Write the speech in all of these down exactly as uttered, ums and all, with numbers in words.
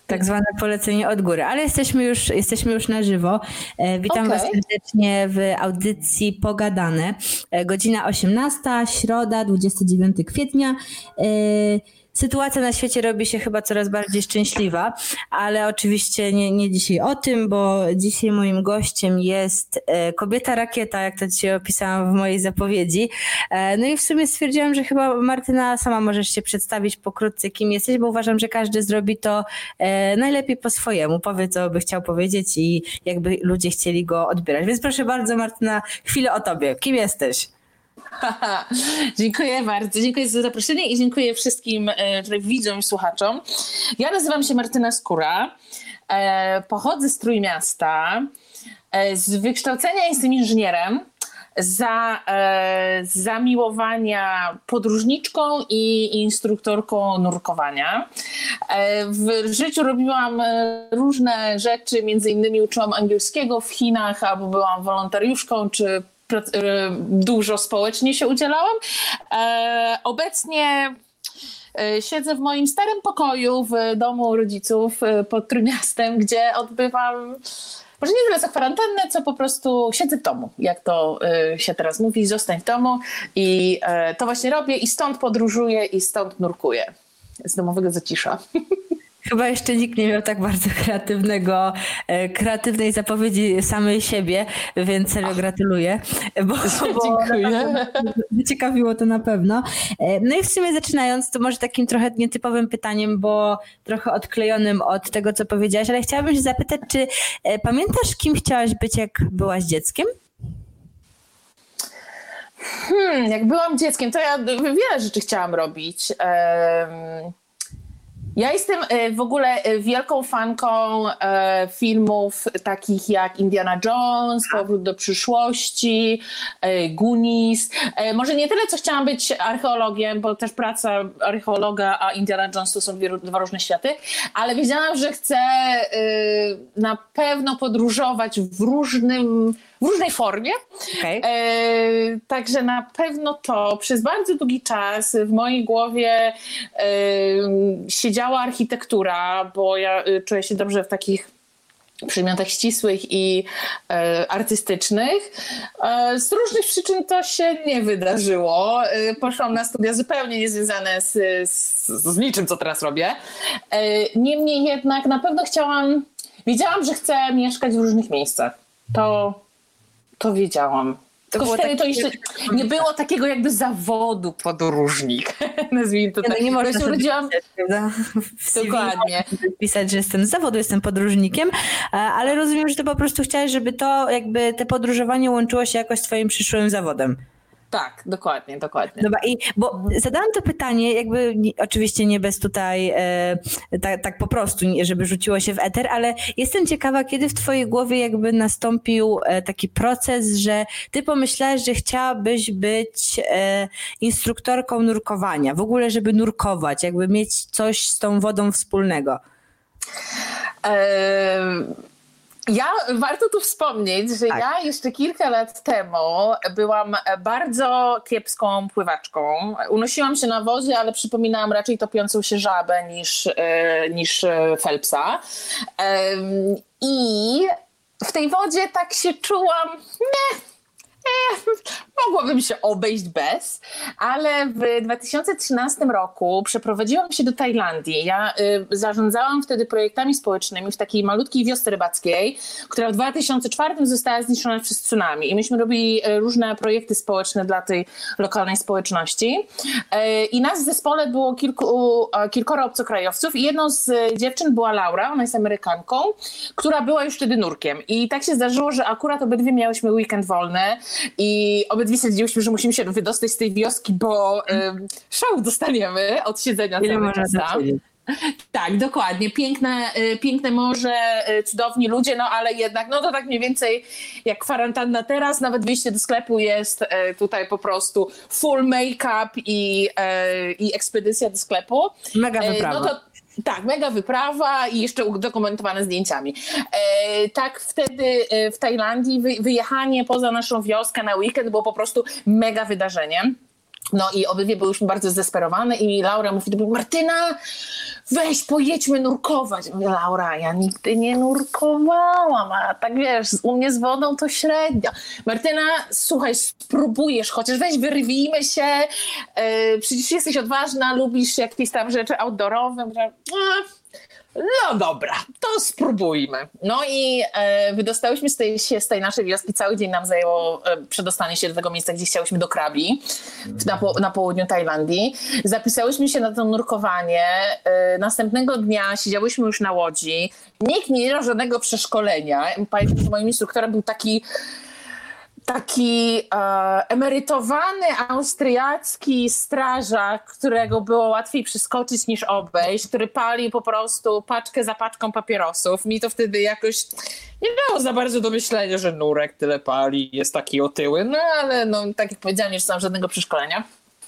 Tak zwane polecenie od góry, ale jesteśmy już, jesteśmy już na żywo. Witam okay. Was serdecznie w audycji Pogadane. Godzina osiemnasta, środa, dwudziestego dziewiątego kwietnia. Sytuacja na świecie robi się chyba coraz bardziej szczęśliwa, ale oczywiście nie, nie dzisiaj o tym, bo dzisiaj moim gościem jest kobieta rakieta, jak to dzisiaj opisałam w mojej zapowiedzi. No i w sumie stwierdziłam, że chyba Martyna sama możesz się przedstawić pokrótce, kim jesteś, bo uważam, że każdy zrobi to najlepiej po swojemu. Powie, co by chciał powiedzieć i jakby ludzie chcieli go odbierać. Więc proszę bardzo, Martyna, chwilę o tobie. Kim jesteś? Dziękuję bardzo. Dziękuję za zaproszenie i dziękuję wszystkim e, widzom i słuchaczom. Ja nazywam się Martyna Skóra. E, pochodzę z Trójmiasta. E, z wykształcenia jestem inżynierem. Za e, zamiłowania podróżniczką i instruktorką nurkowania. E, w życiu robiłam różne rzeczy, między innymi uczyłam angielskiego w Chinach, albo byłam wolontariuszką, czy dużo społecznie się udzielałam. E, obecnie e, siedzę w moim starym pokoju w domu rodziców e, pod Trójmiastem, gdzie odbywam może nie tyle za kwarantannę, co po prostu siedzę w domu, jak to e, się teraz mówi, zostań w domu i e, to właśnie robię i stąd podróżuję i stąd nurkuję z domowego zacisza. Chyba jeszcze nikt nie miał tak bardzo kreatywnego, kreatywnej zapowiedzi samej siebie, więc serio gratuluję. Bo, Dziękuję. Wyciekawiło to na pewno. No i w sumie zaczynając, to może takim trochę nietypowym pytaniem, bo trochę odklejonym od tego, co powiedziałaś, ale chciałabym się zapytać, czy pamiętasz, kim chciałaś być, jak byłaś dzieckiem? Hmm, jak byłam dzieckiem, to ja wiele rzeczy chciałam robić. Um... Ja jestem w ogóle wielką fanką filmów takich jak Indiana Jones, Powrót do przyszłości, Goonies. Może nie tyle, co chciałam być archeologiem, bo też praca archeologa a Indiana Jones to są dwie, dwa różne światy, ale wiedziałam, że chcę na pewno podróżować w różnym w różnej formie. Okay. E, także na pewno to przez bardzo długi czas w mojej głowie e, siedziała architektura, bo ja czuję się dobrze w takich przedmiotach ścisłych i e, artystycznych. E, z różnych przyczyn to się nie wydarzyło. E, poszłam na studia zupełnie niezwiązane z, z, z niczym, co teraz robię. E, niemniej jednak na pewno chciałam, wiedziałam, że chcę mieszkać w różnych miejscach. To To wiedziałam. Tylko wtedy takie... to jeszcze nie było takiego jakby zawodu podróżnik. Nazwijmy to tak. No nie można się urodziłam... Dokładnie. Pisać, że jestem z zawodu, jestem podróżnikiem, ale rozumiem, że to po prostu chciałeś, żeby to jakby te podróżowanie łączyło się jakoś z twoim przyszłym zawodem. Tak, dokładnie, dokładnie. Dobra, i bo zadałam to pytanie, jakby nie, oczywiście nie bez tutaj e, tak, tak po prostu, żeby rzuciło się w eter, ale jestem ciekawa, kiedy w twojej głowie jakby nastąpił e, taki proces, że ty pomyślałaś, że chciałabyś być e, instruktorką nurkowania, w ogóle żeby nurkować, jakby mieć coś z tą wodą wspólnego. Eee... Ja, warto tu wspomnieć, że tak. ja jeszcze kilka lat temu byłam bardzo kiepską pływaczką. Unosiłam się na wozie, ale przypominałam raczej topiącą się żabę niż, niż Phelpsa. I w tej wodzie tak się czułam, nie, mogłabym się obejść bez, ale w dwa tysiące trzynastym roku przeprowadziłam się do Tajlandii. Ja y, zarządzałam wtedy projektami społecznymi w takiej malutkiej wiosce rybackiej, która w dwa tysiące czwartym została zniszczona przez tsunami. I myśmy robili różne projekty społeczne dla tej lokalnej społeczności. Y, I nas w zespole było kilku, kilkoro obcokrajowców i jedną z dziewczyn była Laura, ona jest Amerykanką, która była już wtedy nurkiem. I tak się zdarzyło, że akurat obydwie miałyśmy weekend wolny i obydwie stwierdziłyśmy, że musimy się wydostać z tej wioski, bo um, szału dostaniemy od siedzenia cały czas tam. Tak, dokładnie. Piękne, piękne morze, cudowni ludzie, no ale jednak, no to tak mniej więcej jak kwarantanna teraz, nawet wyjście do sklepu jest tutaj po prostu full make-up i, i ekspedycja do sklepu. Mega wyprawa. No to, tak, mega wyprawa i jeszcze udokumentowane zdjęciami. E, tak wtedy w Tajlandii wy, wyjechanie poza naszą wioskę na weekend było po prostu mega wydarzeniem. No i obydwie byłyśmy bardzo zdesperowane i Laura mówi do mnie, Martyna, weź, pojedźmy nurkować. Mówię, Laura, ja nigdy nie nurkowałam, a tak wiesz, u mnie z wodą to średnio. Martyna, słuchaj, spróbujesz, chociaż weź, wyrwijmy się, yy, przecież jesteś odważna, lubisz jakieś tam rzeczy outdoorowe. No dobra, to spróbujmy. No i e, wydostałyśmy z tej, z tej naszej wioski, cały dzień nam zajęło e, przedostanie się do tego miejsca, gdzie chciałyśmy, do Krabi, na, po, na południu Tajlandii. Zapisałyśmy się na to nurkowanie. E, następnego dnia siedziałyśmy już na łodzi. Nikt nie miał żadnego przeszkolenia. Pamiętam, że moim instruktorem był taki taki e, emerytowany austriacki strażak, którego było łatwiej przeskoczyć niż obejść, który palił po prostu paczkę za paczką papierosów. Mi to wtedy jakoś nie dało za bardzo do myślenia, że nurek tyle pali, jest taki otyły, no ale no, tak jak powiedziałam, nie mam żadnego przeszkolenia.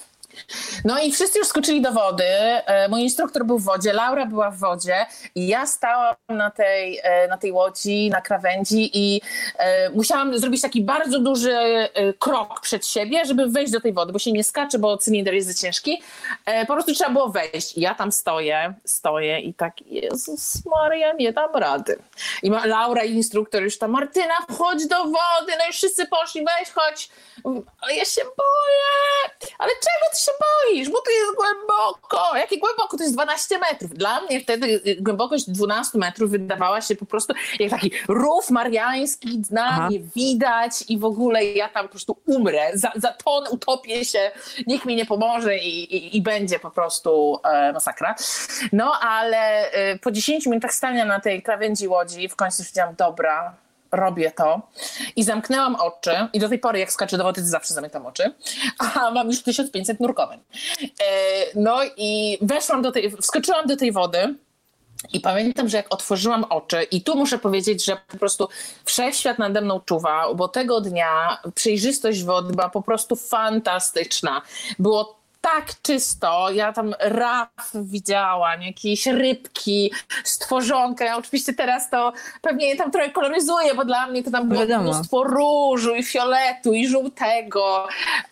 No i wszyscy już skoczyli do wody. Mój instruktor był w wodzie, Laura była w wodzie i ja stałam na tej, na tej łodzi, na krawędzi i musiałam zrobić taki bardzo duży krok przed siebie, żeby wejść do tej wody, bo się nie skacze, bo cylinder jest za ciężki. Po prostu trzeba było wejść. I ja tam stoję, stoję i tak, Jezus Maria, nie dam rady. I Laura i instruktor już tam, Martyna, wchodź do wody, no i wszyscy poszli, weź, chodź. Ale ja się boję. Ale czego ty się boisz? Bo tu jest głęboko. Jakie głęboko? To jest dwanaście metrów. Dla mnie wtedy głębokość dwanaście metrów wydawała się po prostu jak taki rów mariański, dna Aha. nie widać i w ogóle ja tam po prostu umrę, za, zatonę, utopię się, nikt mi nie pomoże i, i, i będzie po prostu e, masakra. No ale e, po dziesięciu minutach stania na tej krawędzi łodzi w końcu stwierdziłam, dobra, robię to i zamknęłam oczy i do tej pory jak skaczę do wody, to zawsze zamykam oczy, a mam już tysiąc pięćset nurkowań. No i weszłam do tej, wskoczyłam do tej wody i pamiętam, że jak otworzyłam oczy i tu muszę powiedzieć, że po prostu wszechświat nade mną czuwał, bo tego dnia przejrzystość wody była po prostu fantastyczna. Było tak czysto, ja tam raf widziałam, jakieś rybki, stworzonka. Ja oczywiście teraz to pewnie tam trochę koloryzuję, bo dla mnie to tam było Wiadomo. mnóstwo różu i fioletu i żółtego,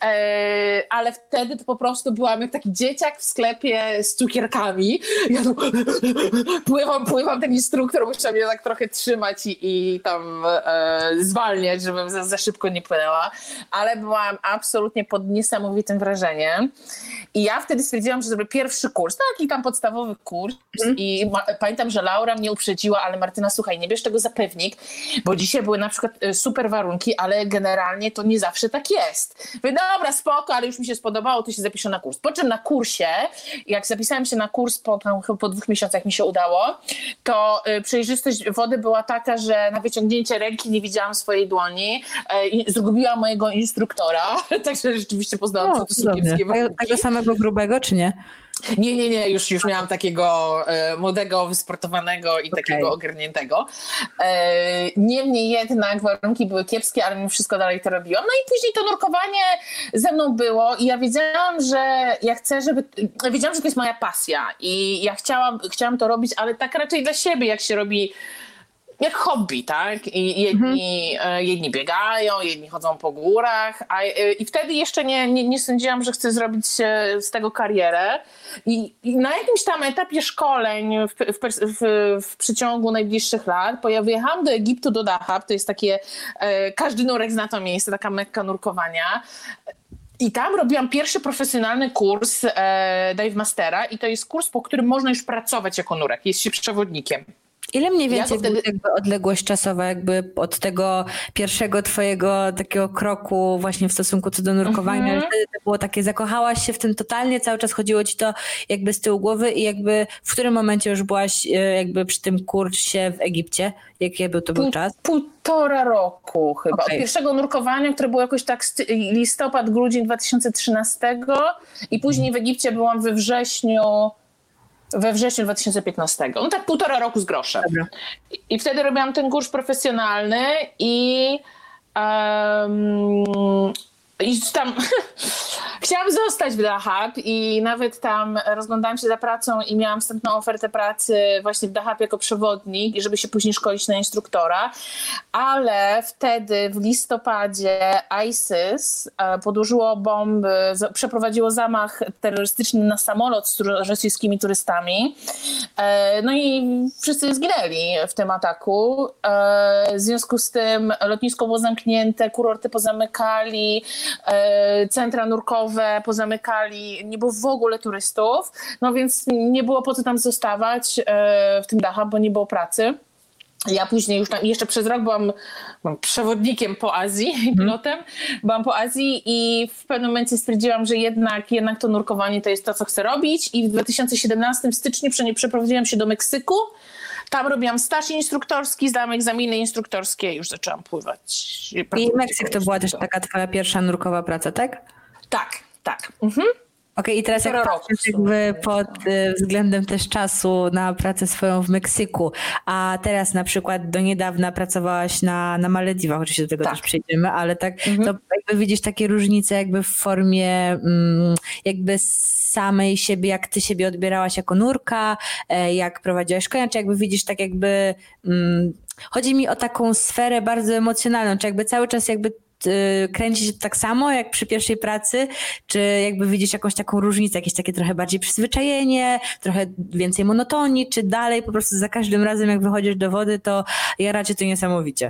e, ale wtedy to po prostu byłam jak taki dzieciak w sklepie z cukierkami. Ja tam pływam, pływam, ten instruktor musiał mnie tak trochę trzymać i, i tam e, zwalniać, żebym za, za szybko nie płynęła, ale byłam absolutnie pod niesamowitym wrażeniem. I ja wtedy stwierdziłam, że zrobię pierwszy kurs, taki tam podstawowy kurs mm. i ma- pamiętam, że Laura mnie uprzedziła, ale Martyna, słuchaj, nie bierz tego za pewnik, bo dzisiaj były na przykład super warunki, ale generalnie to nie zawsze tak jest. Mówię, dobra, spoko, ale już mi się spodobało, to się zapiszę na kurs. Po czym na kursie, jak zapisałam się na kurs po, tam, po dwóch miesiącach mi się udało, to y, przejrzystość wody była taka, że na wyciągnięcie ręki nie widziałam swojej dłoni y, i zgubiłam mojego instruktora, także rzeczywiście poznałam, co to są kiepskie warunki. Tego samego grubego, czy nie? Nie, nie, nie, już, już miałam takiego e, młodego, wysportowanego i okay. takiego ogarniętego. E, niemniej jednak warunki były kiepskie, ale mimo wszystko dalej to robiłam. No i później to nurkowanie ze mną było i ja wiedziałam, że ja chcę, żeby... Wiedziałam, że to jest moja pasja i ja chciałam, chciałam to robić, ale tak raczej dla siebie, jak się robi jak hobby, tak? I jedni, mhm. jedni biegają, jedni chodzą po górach, a, i wtedy jeszcze nie, nie, nie sądziłam, że chcę zrobić z tego karierę. I, i na jakimś tam etapie szkoleń w, w, w, w przeciągu najbliższych lat pojechałam do Egiptu, do Dahab, to jest takie, każdy nurek zna to miejsce, taka mekka nurkowania. I tam robiłam pierwszy profesjonalny kurs e, Dive Mastera i to jest kurs, po którym można już pracować jako nurek, jest się przewodnikiem. Ile mniej więcej ja wtedy... jakby odległość czasowa jakby od tego pierwszego twojego takiego kroku właśnie w stosunku co do nurkowania, mm-hmm. wtedy to było takie, zakochałaś się w tym totalnie, cały czas chodziło ci to jakby z tyłu głowy i jakby w którym momencie już byłaś jakby przy tym kursie w Egipcie? Jaki był to był Pół, czas? Półtora roku chyba. Okay. Od pierwszego nurkowania, które było jakoś tak listopad, grudzień dwa tysiące trzynastego i później w Egipcie byłam we wrześniu We wrześniu dwa tysiące piętnastego. No tak półtora roku z groszem. Dobra. I wtedy robiłam ten kurs profesjonalny i um, I tam chciałam zostać w Dahab i nawet tam rozglądałam się za pracą i miałam wstępną ofertę pracy właśnie w Dahab jako przewodnik i żeby się później szkolić na instruktora, ale wtedy w listopadzie ISIS podłożyło bomby, przeprowadziło zamach terrorystyczny na samolot z rosyjskimi turystami, no i wszyscy zginęli w tym ataku. W związku z tym lotnisko było zamknięte, kurorty pozamykali, centra nurkowe pozamykali, nie było w ogóle turystów, no więc nie było po co tam zostawać w tym Dahab, bo nie było pracy. Ja później już tam, jeszcze przez rok byłam, byłam przewodnikiem po Azji, mm. pilotem, byłam po Azji i w pewnym momencie stwierdziłam, że jednak, jednak to nurkowanie to jest to, co chcę robić i w dwa tysiące siedemnastym w styczniu przeprowadziłam się do Meksyku. Tam robiłam staż instruktorski, zdałam egzaminy instruktorskie i już zaczęłam pływać. I Meksyk to była też taka twoja pierwsza nurkowa praca, tak? Tak, tak. Mhm. Okej, okay, i teraz jak patrzysz jakby pod względem też czasu na pracę swoją w Meksyku, a teraz na przykład do niedawna pracowałaś na, na Malediwach, oczywiście do tego tak. też przejdziemy, ale tak mhm. to jakby widzisz takie różnice jakby w formie jakby samej siebie, jak ty siebie odbierałaś jako nurka, jak prowadziłaś szkolenia, czy jakby widzisz tak jakby, chodzi mi o taką sferę bardzo emocjonalną, czy jakby cały czas jakby kręci się tak samo jak przy pierwszej pracy, czy jakby widzisz jakąś taką różnicę, jakieś takie trochę bardziej przyzwyczajenie, trochę więcej monotonii, czy dalej po prostu za każdym razem jak wychodzisz do wody, to jara cię to niesamowicie?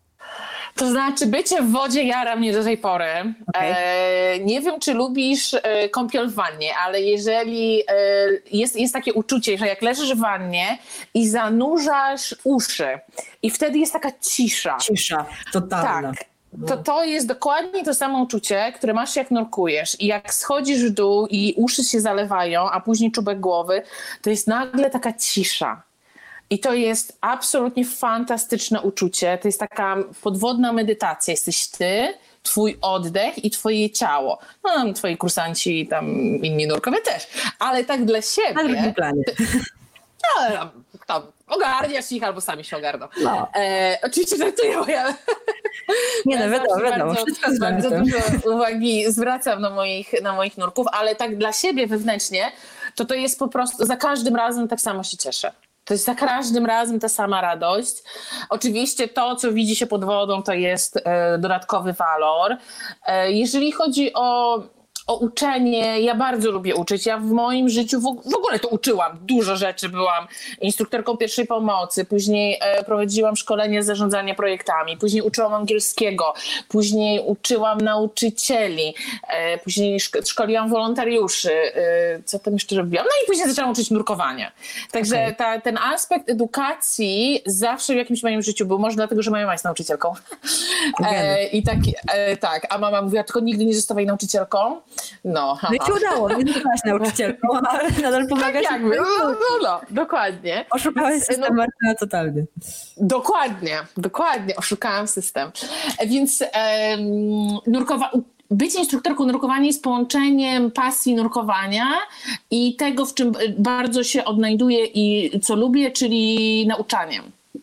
To znaczy bycie w wodzie jara mnie do tej pory. Okay. E, nie wiem, czy lubisz e, kąpiel w wannie, ale jeżeli e, jest, jest takie uczucie, że jak leżysz w wannie i zanurzasz uszy i wtedy jest taka cisza. Cisza, totalna. Tak. To, to jest dokładnie to samo uczucie, które masz jak nurkujesz i jak schodzisz w dół i uszy się zalewają, a później czubek głowy, to jest nagle taka cisza. I to jest absolutnie fantastyczne uczucie. To jest taka podwodna medytacja. Jesteś ty, twój oddech i twoje ciało. No, twoi kursanci i tam inni nurkowie też. Ale tak dla siebie... Na drugim planie. No, tam, tam ogarniasz ich albo sami się ogarną. No. E, oczywiście żartuję, bo ja... Nie no, wiadomo, wiadomo. Bardzo, wszystko bardzo dużo uwagi zwracam na moich, na moich nurków, ale tak dla siebie wewnętrznie, to to jest po prostu, za każdym razem tak samo się cieszę. To jest za każdym razem ta sama radość. Oczywiście to, co widzi się pod wodą, to jest e, dodatkowy walor. E, jeżeli chodzi o O uczenie, ja bardzo lubię uczyć. Ja w moim życiu w, w ogóle to uczyłam. Dużo rzeczy. Byłam instruktorką pierwszej pomocy, później e, prowadziłam szkolenie z zarządzania projektami, później uczyłam angielskiego, później uczyłam nauczycieli, e, później szk- szkoliłam wolontariuszy. E, co tam jeszcze robiłam? No i później zaczęłam uczyć nurkowania. Także okay. ta, ten aspekt edukacji zawsze w jakimś moim życiu był. Może dlatego, że moja mama jest nauczycielką. E, I tak, e, tak, a mama mówiła, tylko nigdy nie zostawaj nauczycielką. No, no i ci udało, nie zostałaś nauczycielką, ale nadal pomagasz. Tak jakby, no, no, no, dokładnie. Oszukałeś system no, Martyna totalnie. Dokładnie, dokładnie, oszukałam system. Więc um, nurkowa- bycie instruktorką nurkowania jest połączeniem pasji nurkowania i tego, w czym bardzo się odnajduję i co lubię, czyli nauczaniem.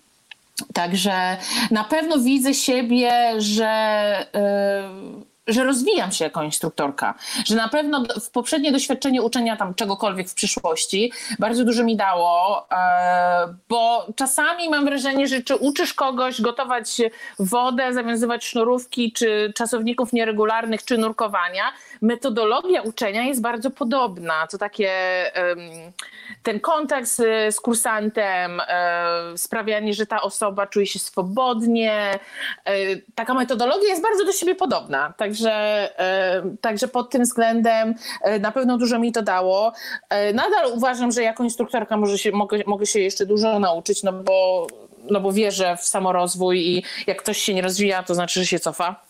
Także na pewno widzę siebie, że... Yy, że rozwijam się jako instruktorka, że na pewno w poprzednie doświadczenie uczenia tam czegokolwiek w przyszłości bardzo dużo mi dało, bo czasami mam wrażenie, że czy uczysz kogoś gotować wodę, zawiązywać sznurówki, czy czasowników nieregularnych, czy nurkowania, metodologia uczenia jest bardzo podobna. To takie ten kontakt z, z kursantem, sprawianie, że ta osoba czuje się swobodnie. Taka metodologia jest bardzo do siebie podobna. Także, także pod tym względem na pewno dużo mi to dało. Nadal uważam, że jako instruktorka może się, mogę, mogę się jeszcze dużo nauczyć, no bo, no bo wierzę w samorozwój i jak ktoś się nie rozwija, to znaczy, że się cofa.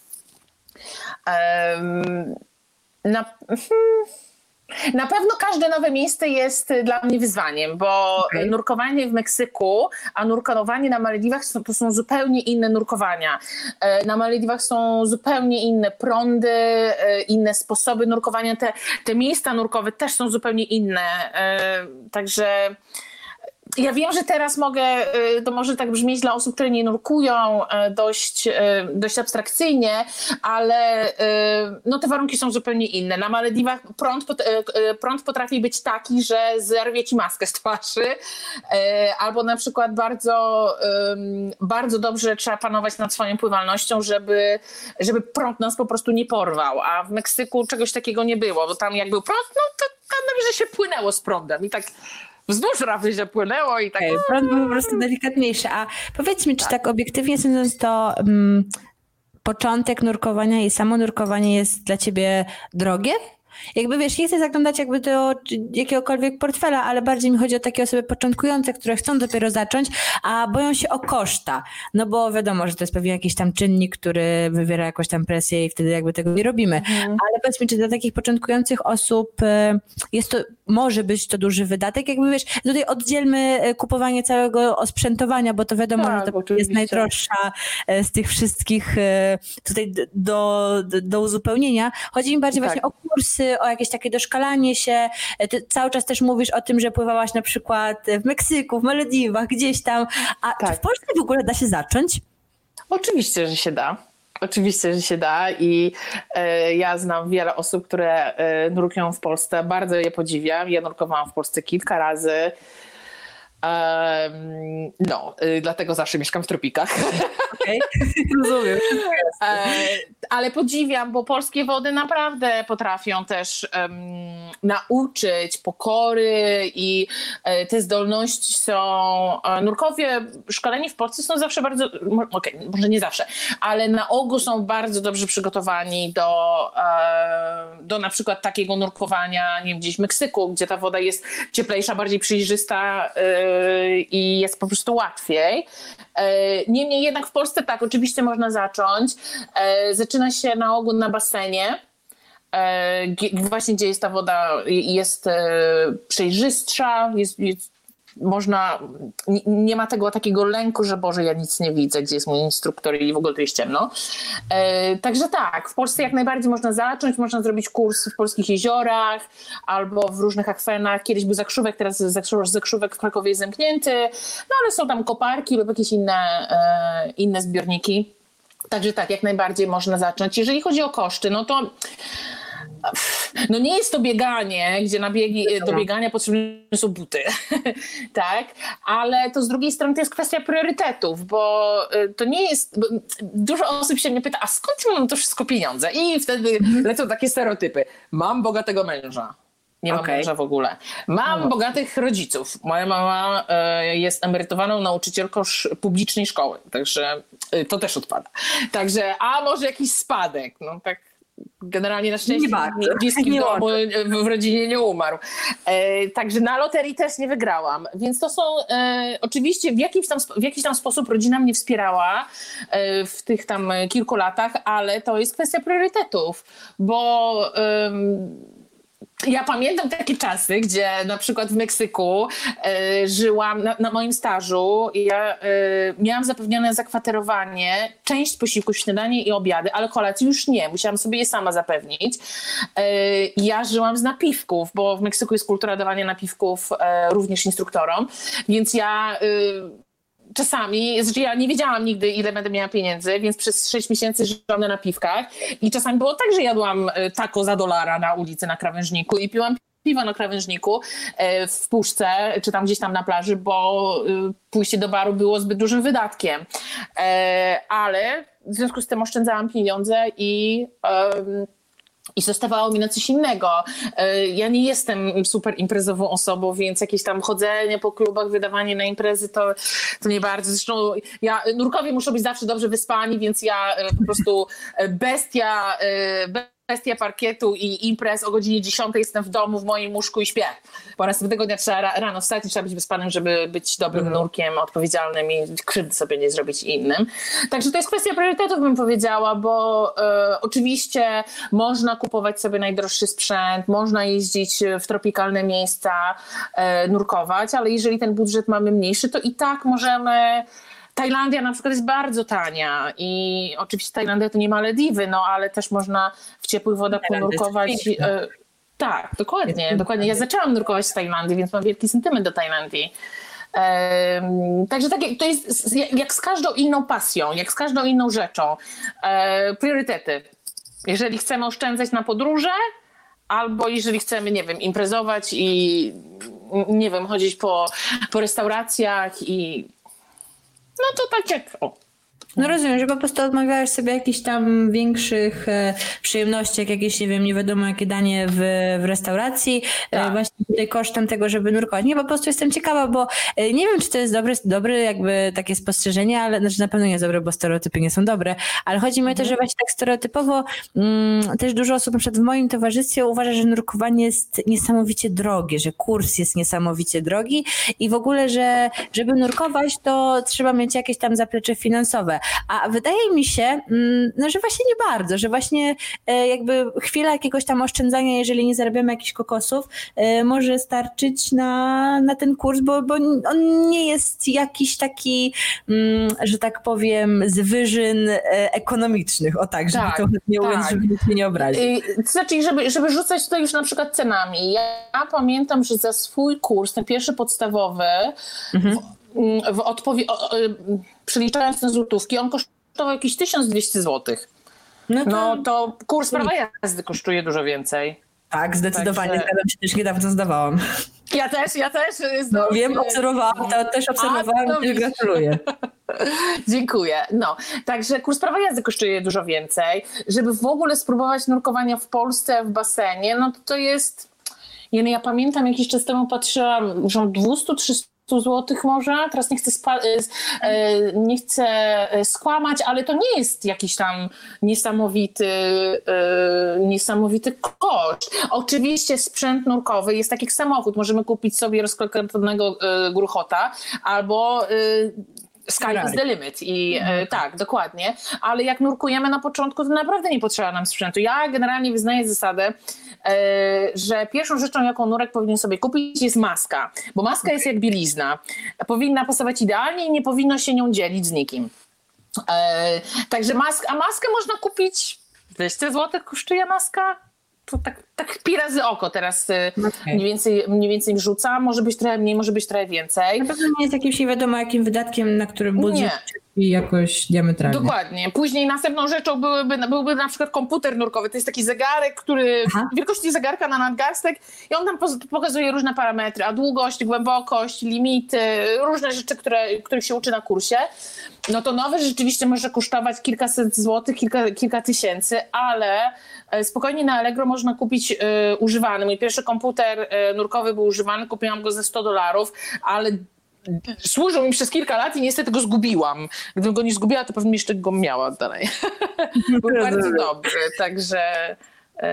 Um, na, na pewno każde nowe miejsce jest dla mnie wyzwaniem, bo okay. nurkowanie w Meksyku, a nurkowanie na Malediwach to są zupełnie inne nurkowania. Na Malediwach są zupełnie inne prądy, inne sposoby nurkowania. Te, te miejsca nurkowe też są zupełnie inne. Także Ja wiem, że teraz mogę, to może tak brzmieć dla osób, które nie nurkują dość, dość abstrakcyjnie, ale no te warunki są zupełnie inne. Na Malediwach prąd, prąd potrafi być taki, że zerwie ci maskę z twarzy, albo na przykład bardzo, bardzo dobrze trzeba panować nad swoją pływalnością, żeby, żeby prąd nas po prostu nie porwał, a w Meksyku czegoś takiego nie było, bo tam jak był prąd, no to tam że się płynęło z prądem i tak wzdłuż rafy się płynęło i tak... Okay, prąd był po prostu delikatniejszy. A powiedz mi, czy tak obiektywnie sądząc to um, początek nurkowania i samo nurkowanie jest dla ciebie drogie? Jakby wiesz, nie chcę zaglądać jakby do jakiegokolwiek portfela, ale bardziej mi chodzi o takie osoby początkujące, które chcą dopiero zacząć, a boją się o koszta. No bo wiadomo, że to jest pewnie jakiś tam czynnik, który wywiera jakąś tam presję i wtedy jakby tego nie robimy. Mhm. Ale powiedz mi, czy dla takich początkujących osób jest to, może być to duży wydatek? Jakby wiesz, tutaj oddzielmy kupowanie całego osprzętowania, bo to wiadomo, tak, że to oczywiście jest najdroższa z tych wszystkich tutaj do, do, do uzupełnienia. Chodzi mi bardziej tak. właśnie o kursy, o jakieś takie doszkalanie się. Ty cały czas też mówisz o tym, że pływałaś na przykład w Meksyku, w Malediwach, gdzieś tam. A tak. czy w Polsce w ogóle da się zacząć? Oczywiście, że się da. Oczywiście, że się da i e, ja znam wiele osób, które e, nurkują w Polsce. Bardzo je podziwiam. Ja nurkowałam w Polsce kilka razy. Um, no, y, dlatego zawsze mieszkam w tropikach. Okej, rozumiem. E, ale podziwiam, bo polskie wody naprawdę potrafią też um, nauczyć pokory i e, te zdolności są... E, nurkowie szkoleni w Polsce są zawsze bardzo... Okej, okay, może nie zawsze, ale na ogół są bardzo dobrze przygotowani do, e, do na przykład takiego nurkowania, nie wiem, gdzieś w Meksyku, gdzie ta woda jest cieplejsza, bardziej przejrzysta, e, i jest po prostu łatwiej. Niemniej jednak w Polsce tak, oczywiście można zacząć. Zaczyna się na ogół na basenie, właśnie gdzie jest ta woda, jest przejrzystsza, jest, jest można, nie, nie ma tego takiego lęku, że Boże, ja nic nie widzę, gdzie jest mój instruktor i w ogóle to jest ciemno. E, także tak, w Polsce jak najbardziej można zacząć, można zrobić kurs w polskich jeziorach albo w różnych akwenach. Kiedyś był Zakrzówek, teraz Zakrzówek w Krakowie jest zamknięty, no ale są tam koparki lub jakieś inne, e, inne zbiorniki. Także tak, jak najbardziej można zacząć. Jeżeli chodzi o koszty, no to no nie jest to bieganie, gdzie na biegi, do biegania potrzebne są buty, tak, ale to z drugiej strony to jest kwestia priorytetów, bo to nie jest, dużo osób się mnie pyta, a skąd mam to wszystko pieniądze? I wtedy lecą takie stereotypy. Mam bogatego męża. Nie mam okay. męża w ogóle. Mam no. bogatych rodziców. Moja mama y, jest emerytowaną nauczycielką sz- publicznej szkoły, także y, to też odpada. Także, a może jakiś spadek, no tak. Generalnie na szczęście w bliskim domu w rodzinie nie umarł. E, także na loterii też nie wygrałam. Więc to są e, oczywiście w jakiś, tam, w jakiś tam sposób rodzina mnie wspierała e, w tych tam kilku latach, ale to jest kwestia priorytetów, bo e, ja pamiętam takie czasy, gdzie na przykład w Meksyku e, żyłam na, na moim stażu i ja e, miałam zapewnione zakwaterowanie, część posiłków, śniadanie i obiady, ale kolacji już nie. Musiałam sobie je sama zapewnić. E, ja żyłam z napiwków, bo w Meksyku jest kultura dawania napiwków e, również instruktorom, więc ja... E, Czasami, znaczy ja nie wiedziałam nigdy, ile będę miała pieniędzy, więc przez sześć miesięcy żyłam na napiwkach i czasami było tak, że jadłam taco za dolara na ulicy na krawężniku i piłam piwo na krawężniku w puszce, czy tam gdzieś tam na plaży, bo pójście do baru było zbyt dużym wydatkiem. Ale w związku z tym oszczędzałam pieniądze i... I zostawało mi na coś innego. Ja nie jestem super imprezową osobą, więc jakieś tam chodzenie po klubach, wydawanie na imprezy, to, to nie bardzo. Zresztą ja, nurkowie muszą być zawsze dobrze wyspani, więc ja po prostu bestia, bestia parkietu i imprez o godzinie dziesiątej jestem w domu, w moim łóżku i śpię. Bo następnego dnia trzeba rano wstać i trzeba być wyspanym, żeby być dobrym mm. nurkiem, odpowiedzialnym i krzywdy sobie nie zrobić innym. Także to jest kwestia priorytetów, bym powiedziała, bo e, oczywiście można kupować sobie najdroższy sprzęt, można jeździć w tropikalne miejsca, e, nurkować, ale jeżeli ten budżet mamy mniejszy, to i tak możemy... Tajlandia na przykład jest bardzo tania i oczywiście Tajlandia to nie Malediwy, no ale też można w ciepłych wodach ponurkować. E, tak, dokładnie, dokładnie. Ja zaczęłam nurkować w Tajlandii, więc mam wielki sentyment do Tajlandii. E, także tak, to jest jak z każdą inną pasją, jak z każdą inną rzeczą. E, priorytety. Jeżeli chcemy oszczędzać na podróże, albo jeżeli chcemy, nie wiem, imprezować i nie wiem, chodzić po, po restauracjach i no to tak jak... O. No rozumiem, że po prostu odmawiałeś sobie jakichś tam większych e, przyjemności, jak jakieś, nie wiem, nie wiadomo jakie danie w, w restauracji, tak. e, właśnie tutaj kosztem tego, żeby nurkować. Nie, po prostu jestem ciekawa, bo e, nie wiem, czy to jest dobre, dobre jakby takie spostrzeżenie, ale znaczy na pewno nie jest dobre, bo stereotypy nie są dobre, ale chodzi mi mhm. o to, że właśnie tak stereotypowo mm, też dużo osób, na przykład w moim towarzystwie uważa, że nurkowanie jest niesamowicie drogie, że kurs jest niesamowicie drogi i w ogóle, że żeby nurkować, to trzeba mieć jakieś tam zaplecze finansowe. A wydaje mi się, no, że właśnie nie bardzo, że właśnie jakby chwila jakiegoś tam oszczędzania, jeżeli nie zarabiamy jakichś kokosów, może starczyć na, na ten kurs, bo, bo on nie jest jakiś taki, że tak powiem, z wyżyn ekonomicznych. O tak, żeby tak, to nie tak. mówiąc, żeby nikt mnie nie obraził. To znaczy, żeby, żeby rzucać tutaj już na przykład cenami. Ja pamiętam, że za swój kurs, ten pierwszy podstawowy, mhm. w, w odpowie- o, o, przeliczając na złotówki, on kosztował jakieś tysiąc dwieście złotych. No to, no to kurs prawa jazdy kosztuje dużo więcej. Tak, zdecydowanie. Także... Zgadzam się, też niedawno zdawałam. Ja też, ja też. No wiem, obserwowałam, to też obserwowałam i też gratuluję. Dziękuję. No, także kurs prawa jazdy kosztuje dużo więcej. Żeby w ogóle spróbować nurkowania w Polsce w basenie, no to to jest... Ja, ja pamiętam, jakiś czas temu patrzyłam, że dwieście trzysta złotych może, teraz nie chcę, spa- nie chcę skłamać, ale to nie jest jakiś tam niesamowity, niesamowity koszt. Oczywiście sprzęt nurkowy jest tak jak samochód, możemy kupić sobie rozklekotnego gruchota albo sky is the limit i mhm. tak, dokładnie, ale jak nurkujemy na początku, to naprawdę nie potrzeba nam sprzętu. Ja generalnie wyznaję zasadę, że pierwszą rzeczą, jaką nurek powinien sobie kupić, jest maska, bo maska jest jak bielizna. Powinna pasować idealnie i nie powinno się nią dzielić z nikim. Także mask, a maskę można kupić, dwieście złotych kosztuje maska? To tak, tak pi razy oko teraz okay. mniej więcej, mniej więcej rzuca. Może być trochę mniej, może być trochę więcej. Na pewno nie jest jakimś nie wiadomo jakim wydatkiem, na którym budżet i jakoś diametralnie. Dokładnie. Później następną rzeczą byłyby, byłby na przykład komputer nurkowy. To jest taki zegarek, który Aha. wielkości zegarka na nadgarstek i on tam pokazuje różne parametry, a długość, głębokość, limity, różne rzeczy, które, których się uczy na kursie. No to nowe rzeczywiście może kosztować kilkaset złotych, kilka, kilka tysięcy, ale spokojnie na Allegro można kupić y, używany. Mój pierwszy komputer y, nurkowy był używany, kupiłam go za sto dolarów, ale służył mi przez kilka lat i niestety go zgubiłam. Gdybym go nie zgubiła, to pewnie jeszcze go miała dalej. Był bardzo dobry, także y,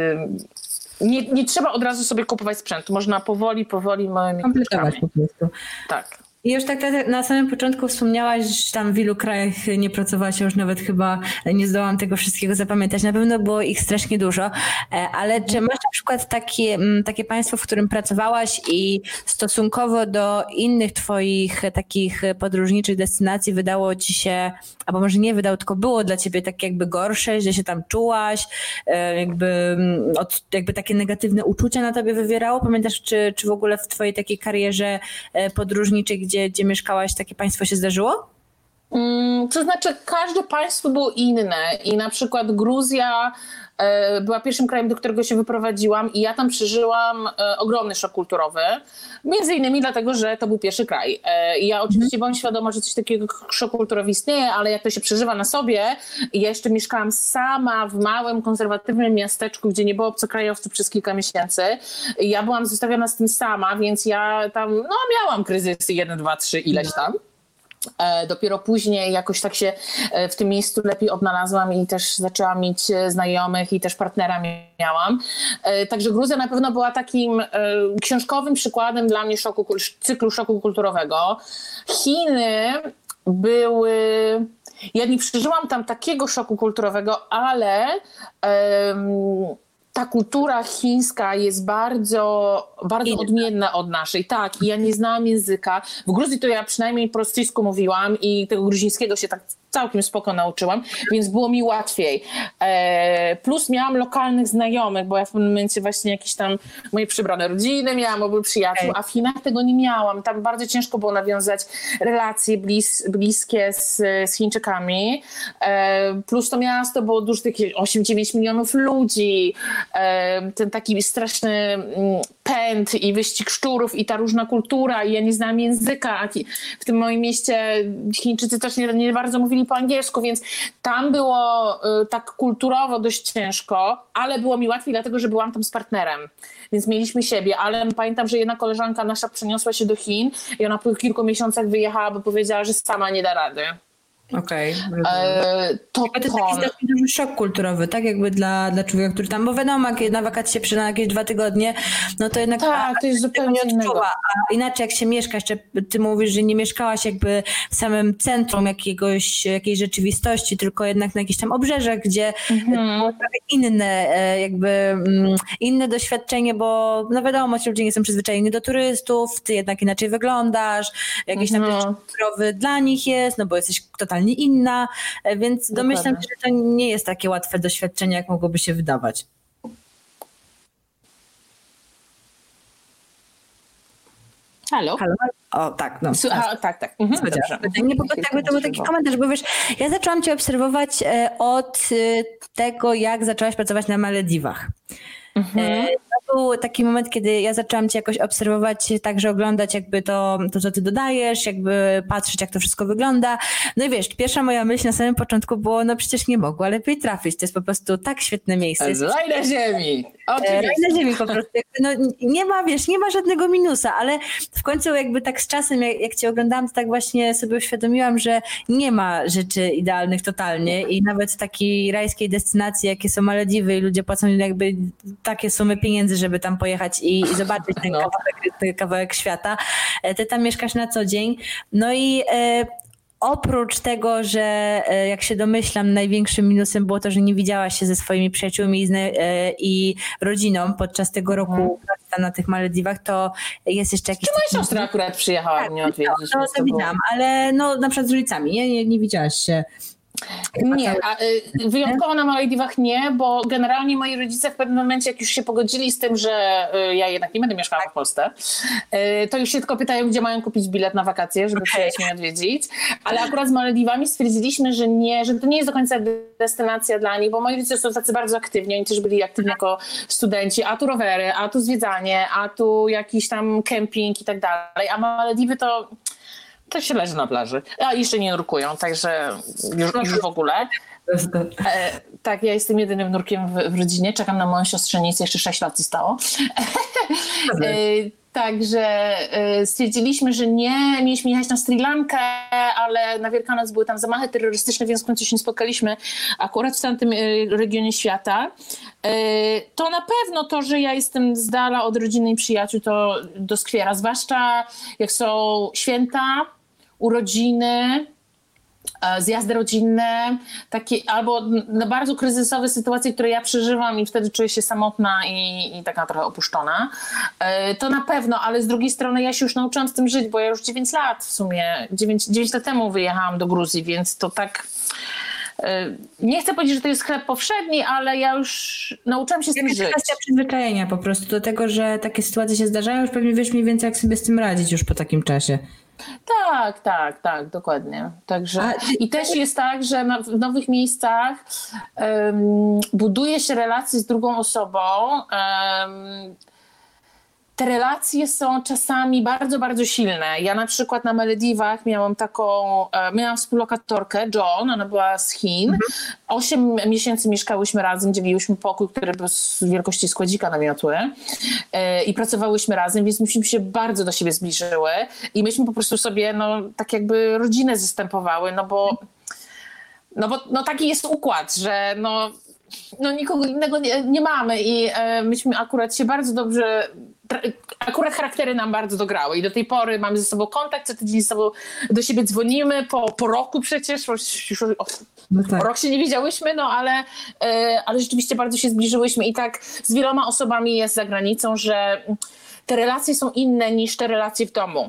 nie, nie trzeba od razu sobie kupować sprzętu. Można powoli, powoli małymi kompletować po prostu. Tak. I już tak na samym początku wspomniałaś, że tam w wielu krajach nie pracowałaś, już nawet chyba nie zdołam tego wszystkiego zapamiętać. Na pewno było ich strasznie dużo, ale czy masz na przykład takie, takie państwo, w którym pracowałaś i stosunkowo do innych twoich takich podróżniczych destynacji wydało ci się, albo może nie wydało, tylko było dla ciebie tak jakby gorsze, że się tam czułaś, jakby, od, jakby takie negatywne uczucia na tobie wywierało? Pamiętasz, czy, czy w ogóle w twojej takiej karierze podróżniczej, gdzie Gdzie, gdzie mieszkałaś, takie państwo się zdarzyło? Hmm, to znaczy każde państwo było inne i na przykład Gruzja e, była pierwszym krajem, do którego się wyprowadziłam i ja tam przeżyłam e, ogromny szok kulturowy. Między innymi dlatego, że to był pierwszy kraj. E, I ja oczywiście byłam świadoma, że coś takiego szoku kulturowy istnieje, ale jak to się przeżywa na sobie i ja jeszcze mieszkałam sama w małym, konserwatywnym miasteczku, gdzie nie było obcokrajowców przez kilka miesięcy. I ja byłam zostawiona z tym sama, więc ja tam no, miałam kryzysy jeden, dwa, trzy, ileś tam. Dopiero później jakoś tak się w tym miejscu lepiej odnalazłam i też zaczęłam mieć znajomych i też partnera miałam. Także Gruzja na pewno była takim książkowym przykładem dla mnie szoku, cyklu szoku kulturowego. Chiny były... Ja nie przeżyłam tam takiego szoku kulturowego, ale... Um, ta kultura chińska jest bardzo, bardzo odmienna od naszej. Tak, i ja nie znałam języka. W Gruzji to ja przynajmniej po rosyjsku mówiłam i tego gruzińskiego się tak całkiem spoko nauczyłam, więc było mi łatwiej. E, plus miałam lokalnych znajomych, bo ja w pewnym momencie właśnie jakieś tam moje przybrane rodziny miałam, oby przyjaciół, okay. A w Chinach tego nie miałam. Tam bardzo ciężko było nawiązać relacje blis, bliskie z, z Chińczykami. E, plus to miasto było dużo, takie osiem dziewięć milionów ludzi. E, ten taki straszny pęd i wyścig szczurów i ta różna kultura i ja nie znałam języka. W tym moim mieście Chińczycy też nie, nie bardzo mówili po angielsku, więc tam było y, tak kulturowo dość ciężko, ale było mi łatwiej, dlatego że byłam tam z partnerem, więc mieliśmy siebie, ale pamiętam, że jedna koleżanka nasza przeniosła się do Chin i ona po kilku miesiącach wyjechała, bo powiedziała, że sama nie da rady. Okej. Okay. To, to jest taki duży szok kulturowy, tak? Jakby dla, dla człowieka, który tam, bo wiadomo, jak na wakacje się przyda na jakieś dwa tygodnie, no to jednak tak, to jest zupełnie innego. A inaczej jak się mieszka, jeszcze ty mówisz, że nie mieszkałaś jakby w samym centrum jakiegoś, jakiejś rzeczywistości, tylko jednak na jakichś tam obrzeżach, gdzie mm-hmm. było trochę inne, jakby inne doświadczenie, bo no wiadomo, ci ludzie nie są przyzwyczajeni do turystów, ty jednak inaczej wyglądasz, jakiś tam mm-hmm. kulturowy dla nich jest, no bo jesteś totalnie inna, więc domyślam się, że to nie jest takie łatwe doświadczenie, jak mogłoby się wydawać. Halo? Halo? O, tak, no. Słucha, tak, tak. Mhm, nie, bo jakby to był taki komentarz, bo wiesz, ja zaczęłam cię obserwować od tego, jak zaczęłaś pracować na Malediwach. Mhm. To był taki moment, kiedy ja zaczęłam cię jakoś obserwować, także oglądać jakby to, to, co ty dodajesz, jakby patrzeć, jak to wszystko wygląda. No i wiesz, pierwsza moja myśl na samym początku było, no przecież nie mogła lepiej trafić. To jest po prostu tak świetne miejsce. Raj na ziemi! Raj na ziemi po prostu. No, nie ma, wiesz, nie ma żadnego minusa, ale w końcu jakby tak z czasem, jak, jak cię oglądałam, to tak właśnie sobie uświadomiłam, że nie ma rzeczy idealnych totalnie i nawet w takiej rajskiej destynacji, jakie są Malediwy i ludzie płacą jakby takie sumy pieniędzy, żeby tam pojechać i, i zobaczyć ten, no. kawałek, ten kawałek świata. Ty tam mieszkasz na co dzień. No i e, oprócz tego, że e, jak się domyślam, największym minusem było to, że nie widziałaś się ze swoimi przyjaciółmi i, e, i rodziną podczas tego roku hmm. tam na tych Malediwach, to jest jeszcze jakiś... Czy moja siostra akurat przyjechała tak, mnie odwiedzić? No, to, to widziałam, ale no na przykład z rodzicami, nie, nie, nie widziałaś się... Nie, a y, wyjątkowo na Malediwach nie, bo generalnie moi rodzice w pewnym momencie, jak już się pogodzili z tym, że y, ja jednak nie będę mieszkała w Polsce, y, to już się tylko pytają, gdzie mają kupić bilet na wakacje, żeby okay. przyjechać mnie odwiedzić. Ale akurat z Malediwami stwierdziliśmy, że nie, że to nie jest do końca destynacja dla nich, bo moi rodzice są tacy bardzo aktywni, oni też byli aktywni jako studenci, a tu rowery, a tu zwiedzanie, a tu jakiś tam kemping i tak dalej, a Malediwy to... To się leży na plaży. A jeszcze nie nurkują, także już, już w ogóle. E, tak, ja jestem jedynym nurkiem w, w rodzinie. Czekam na moją siostrzenicę, jeszcze sześć lat zostało. e, Także e, stwierdziliśmy, że nie. Mieliśmy jechać na Sri Lankę, ale na Wielkanoc były tam zamachy terrorystyczne, więc w końcu się nie spotkaliśmy akurat w tamtym e, regionie świata. E, to na pewno to, że ja jestem z dala od rodziny i przyjaciół, to doskwiera. Zwłaszcza jak są święta, urodziny, zjazdy rodzinne, takie, albo na bardzo kryzysowe sytuacje, które ja przeżywam i wtedy czuję się samotna i, i taka trochę opuszczona. To na pewno, ale z drugiej strony ja się już nauczyłam z tym żyć, bo ja już dziewięć lat w sumie, dziewięć lat temu wyjechałam do Gruzji, więc to tak... Nie chcę powiedzieć, że to jest chleb powszedni, ale ja już nauczyłam się z tym żyć. To jest kwestia przyzwyczajenia po prostu do tego, że takie sytuacje się zdarzają, już pewnie wiesz mniej więcej, jak sobie z tym radzić już po takim czasie. Tak, tak, tak, dokładnie. Także A, i też jest tak, że na, w nowych miejscach um, buduje się relacje z drugą osobą. Um, Te relacje są czasami bardzo, bardzo silne. Ja na przykład na Malediwach miałam taką, miałam współlokatorkę, John, ona była z Chin. Mhm. Osiem miesięcy mieszkałyśmy razem, dzieliłyśmy pokój, który był z wielkości składzika namiotły i pracowałyśmy razem, więc myśmy się bardzo do siebie zbliżyły i myśmy po prostu sobie, no, tak jakby rodzinę zastępowały, no bo, no bo no taki jest układ, że no, no nikogo innego nie, nie mamy i e, myśmy akurat się bardzo dobrze, akurat charaktery nam bardzo dograły i do tej pory mamy ze sobą kontakt, co tydzień ze sobą do siebie dzwonimy, po, po roku przecież, już, już o, no tak. rok się nie widziałyśmy, no ale, e, ale rzeczywiście bardzo się zbliżyłyśmy i tak z wieloma osobami jest za granicą, że te relacje są inne niż te relacje w domu.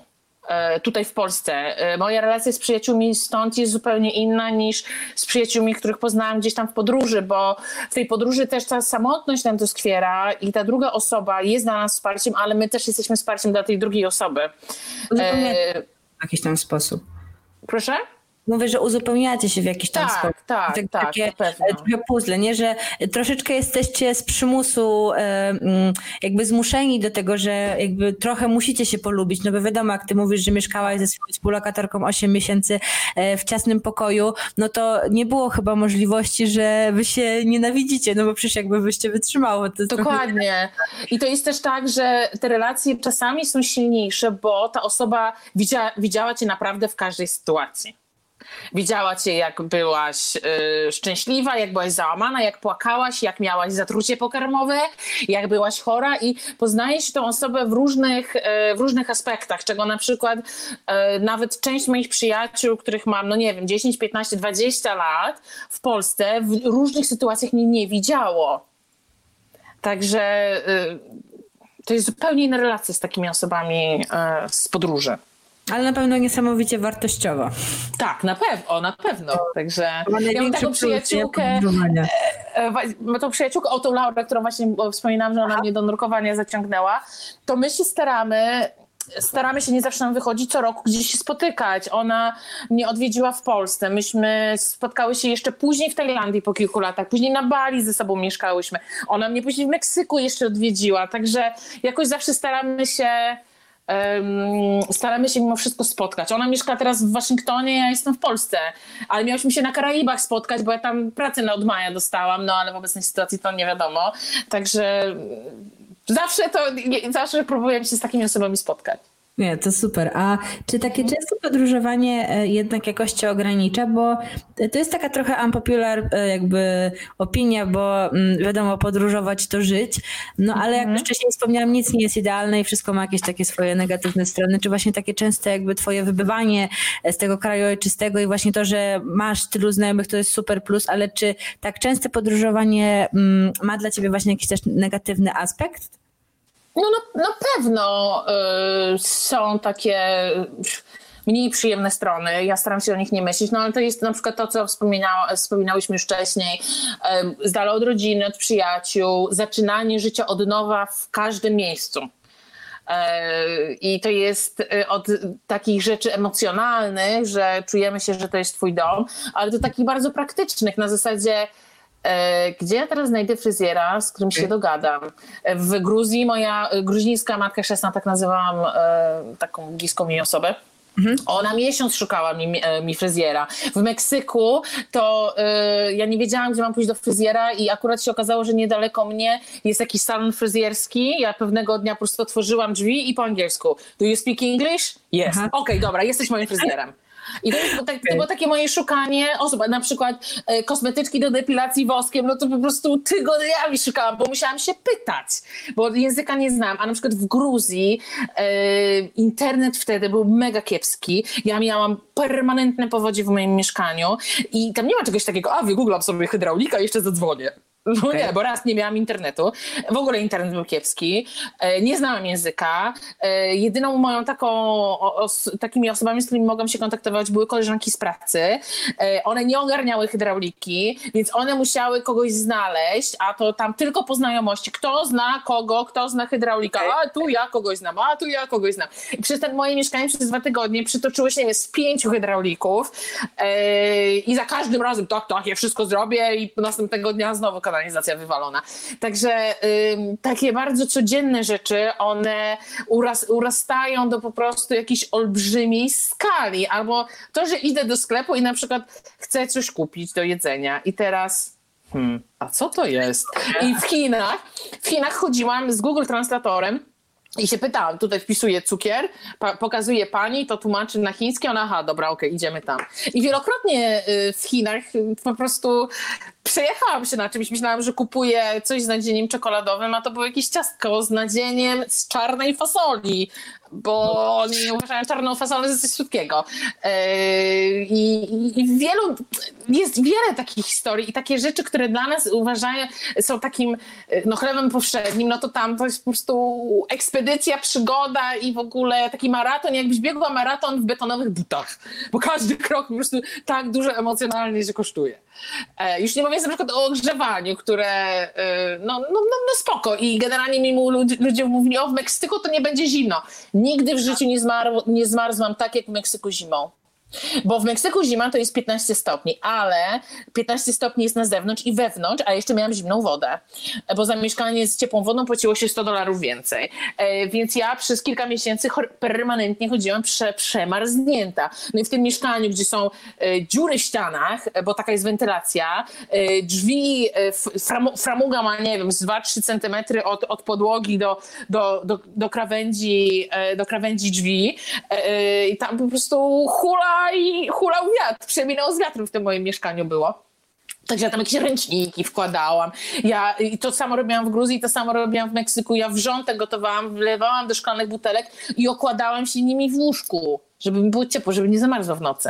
tutaj w Polsce. Moja relacja z przyjaciółmi stąd jest zupełnie inna niż z przyjaciółmi, których poznałam gdzieś tam w podróży, bo w tej podróży też ta samotność nam doskwiera i ta druga osoba jest dla nas wsparciem, ale my też jesteśmy wsparciem dla tej drugiej osoby. E... W jakiś tam sposób. Proszę? Mówię, że uzupełniacie się w jakiś tam tak, sposób. Tak, tak, tak, takie pewno. trochę puzzle, nie? Że troszeczkę jesteście z przymusu jakby zmuszeni do tego, że jakby trochę musicie się polubić. No bo wiadomo, jak ty mówisz, że mieszkałaś ze swoją współlokatorką osiem miesięcy w ciasnym pokoju, no to nie było chyba możliwości, że wy się nienawidzicie, no bo przecież jakby byście wytrzymało. To Dokładnie. Trochę... I to jest też tak, że te relacje czasami są silniejsze, bo ta osoba widziała, widziała cię naprawdę w każdej sytuacji. Widziała cię, jak byłaś y, szczęśliwa, jak byłaś załamana, jak płakałaś, jak miałaś zatrucie pokarmowe, jak byłaś chora i poznaje się tą osobę w różnych, y, w różnych aspektach, czego na przykład y, nawet część moich przyjaciół, których mam, no nie wiem, dziesięć, piętnaście, dwadzieścia lat w Polsce w różnych sytuacjach mnie nie widziało. Także y, to jest zupełnie inna relacja z takimi osobami y, z podróży. Ale na pewno niesamowicie wartościowo. Tak, na pewno, na pewno. Także ja mam taką przyjaciółkę, mam tą przyjaciółkę, o tą Laurę, którą właśnie wspominałam, że ona Aha. mnie do nurkowania zaciągnęła, to my się staramy, staramy się, nie zawsze nam wychodzi, co roku gdzieś się spotykać. Ona mnie odwiedziła w Polsce, myśmy spotkały się jeszcze później w Tajlandii po kilku latach, później na Bali ze sobą mieszkałyśmy. Ona mnie później w Meksyku jeszcze odwiedziła, także jakoś zawsze staramy się Um, staramy się mimo wszystko spotkać. Ona mieszka teraz w Waszyngtonie, ja jestem w Polsce, ale miałyśmy się na Karaibach spotkać, bo ja tam pracę na od maja dostałam, no ale w obecnej sytuacji to nie wiadomo. Także zawsze to, zawsze próbuję się z takimi osobami spotkać. Nie, to super. A czy takie częste podróżowanie jednak jakoś cię ogranicza? Bo to jest taka trochę unpopular jakby opinia, bo wiadomo, podróżować to żyć, no ale jak już wcześniej wspomniałam, nic nie jest idealne i wszystko ma jakieś takie swoje negatywne strony. Czy właśnie takie częste jakby twoje wybywanie z tego kraju ojczystego i właśnie to, że masz tylu znajomych, to jest super plus, ale czy tak częste podróżowanie ma dla ciebie właśnie jakiś też negatywny aspekt? No na, na pewno y, są takie mniej przyjemne strony. Ja staram się o nich nie myśleć, no ale to jest na przykład to, co wspominała, wspominałyśmy już wcześniej. Y, z dala od rodziny, od przyjaciół, zaczynanie życia od nowa w każdym miejscu. I to jest od takich rzeczy emocjonalnych, że czujemy się, że to jest twój dom, ale do takich bardzo praktycznych, na zasadzie gdzie ja teraz znajdę fryzjera, z którym się dogadam. W Gruzji moja gruzińska matka chrzestna, tak nazywałam taką bliską mi osobę, Mhm. Ona miesiąc szukała mi, mi fryzjera. W Meksyku to y, ja nie wiedziałam, gdzie mam pójść do fryzjera i akurat się okazało, że niedaleko mnie jest jakiś salon fryzjerski. Ja pewnego dnia po prostu otworzyłam drzwi i po angielsku. Do you speak English? Yes. Okej, okay, dobra, jesteś moim fryzjerem. I to, jest, to, to było takie moje szukanie osób, na przykład e, kosmetyczki do depilacji woskiem, no to po prostu tygodniami szukałam, bo musiałam się pytać, bo języka nie znam, a na przykład w Gruzji e, internet wtedy był mega kiepski, ja miałam permanentne powodzie w moim mieszkaniu i tam nie ma czegoś takiego, a wygooglam sobie hydraulika i jeszcze zadzwonię. No okay. Nie, bo raz nie miałam internetu, w ogóle internet był kiepski, nie znałam języka, jedyną moją taką, os, takimi osobami, z którymi mogłam się kontaktować, były koleżanki z pracy, one nie ogarniały hydrauliki, więc one musiały kogoś znaleźć, a to tam tylko po znajomości, kto zna kogo, kto zna hydraulika, a tu ja kogoś znam, a tu ja kogoś znam. I przez ten moje mieszkanie przez dwa tygodnie przytoczyło się, nie wiem, z pięciu hydraulików i za każdym razem tak, tak, ja wszystko zrobię i następnego dnia znowu kanał organizacja wywalona. Także y, takie bardzo codzienne rzeczy, one uras, urastają do po prostu jakiejś olbrzymiej skali. Albo to, że idę do sklepu i na przykład chcę coś kupić do jedzenia i teraz hmm, a co to jest? I w Chinach, w Chinach chodziłam z Google Translatorem i się pytałam, tutaj wpisuję cukier, pa- pokazuje pani, to tłumaczy na chiński, ona aha, dobra, okej, okay, idziemy tam. I wielokrotnie y, w Chinach y, po prostu przejechałam się na czymś, myślałam, że kupuję coś z nadzieniem czekoladowym, a to było jakieś ciastko z nadzieniem z czarnej fasoli, bo oni nie uważają czarną fasolę za coś słodkiego. Yy, i, I w wielu, jest wiele takich historii i takie rzeczy, które dla nas uważają, są takim no, chlebem powszednim, no to tam to jest po prostu ekspedycja, przygoda i w ogóle taki maraton, jakbyś biegła maraton w betonowych butach, bo każdy krok po prostu tak dużo emocjonalnie się kosztuje. E, już nie mówiąc na przykład o ogrzewaniu, które e, no, no, no, no spoko i generalnie mi ludzie, ludzie mówili, o w Meksyku to nie będzie zimno. Nigdy w życiu nie, zmarł, nie zmarzłam tak jak w Meksyku zimą. Bo w Meksyku zima to jest piętnaście stopni, ale piętnaście stopni jest na zewnątrz i wewnątrz, a jeszcze miałam zimną wodę, bo za mieszkanie z ciepłą wodą płaciło się sto dolarów więcej. E, więc ja przez kilka miesięcy permanentnie chodziłam prze, przemarznięta. No i w tym mieszkaniu, gdzie są e, dziury w ścianach, bo taka jest wentylacja, e, drzwi, e, fram, framuga ma, nie wiem, z dwa trzy centymetry od, od podłogi do, do, do, do, krawędzi, e, do krawędzi drzwi e, i tam po prostu hula i hulał wiatr, przeminął z wiatrem w tym moim mieszkaniu było. Także ja tam jakieś ręczniki wkładałam. Ja i to samo robiłam w Gruzji, to samo robiłam w Meksyku. Ja wrzątek gotowałam, wlewałam do szklanych butelek i okładałam się nimi w łóżku, żeby mi było ciepło, żeby nie zamarzło w nocy.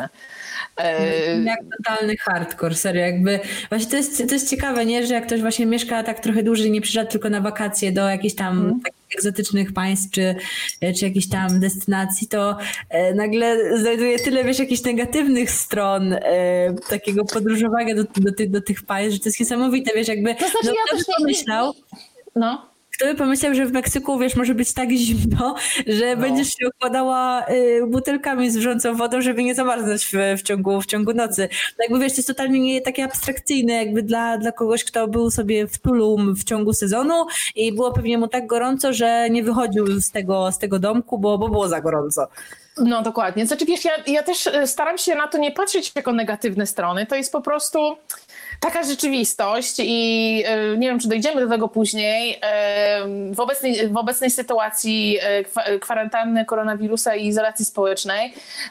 E... Jak totalny hardcore, serio. Jakby, właśnie to jest, to jest ciekawe, nie? Że jak ktoś właśnie mieszka tak trochę dłużej, nie przyjeżdża tylko na wakacje do jakichś tam mm. takich egzotycznych państw czy, czy jakichś tam destynacji, to e, nagle znajduje tyle, wiesz, jakichś negatywnych stron e, takiego podróżowania do, do, do, do tych państw, że to jest niesamowite, wiesz, jakby to znaczy, no, ja kto też by pomyślał, no. Kto by pomyślał, że w Meksyku, wiesz, może być tak zimno, że no. będziesz się układała y, butelkami z wrzącą wodą, żeby nie zamarznąć w, w, ciągu, w ciągu nocy. No jakby, wiesz, to jest totalnie nie takie abstrakcyjne, jakby dla, dla kogoś, kto był sobie w Tulum w ciągu sezonu i było pewnie mu tak gorąco, że nie wychodził z tego, z tego domku, bo, bo było za gorąco. No dokładnie. Znaczy, wiesz, ja, ja też staram się na to nie patrzeć jako negatywne strony. To jest po prostu taka rzeczywistość i nie wiem, czy dojdziemy do tego później. W obecnej, w obecnej sytuacji kwarantanny koronawirusa i izolacji społecznej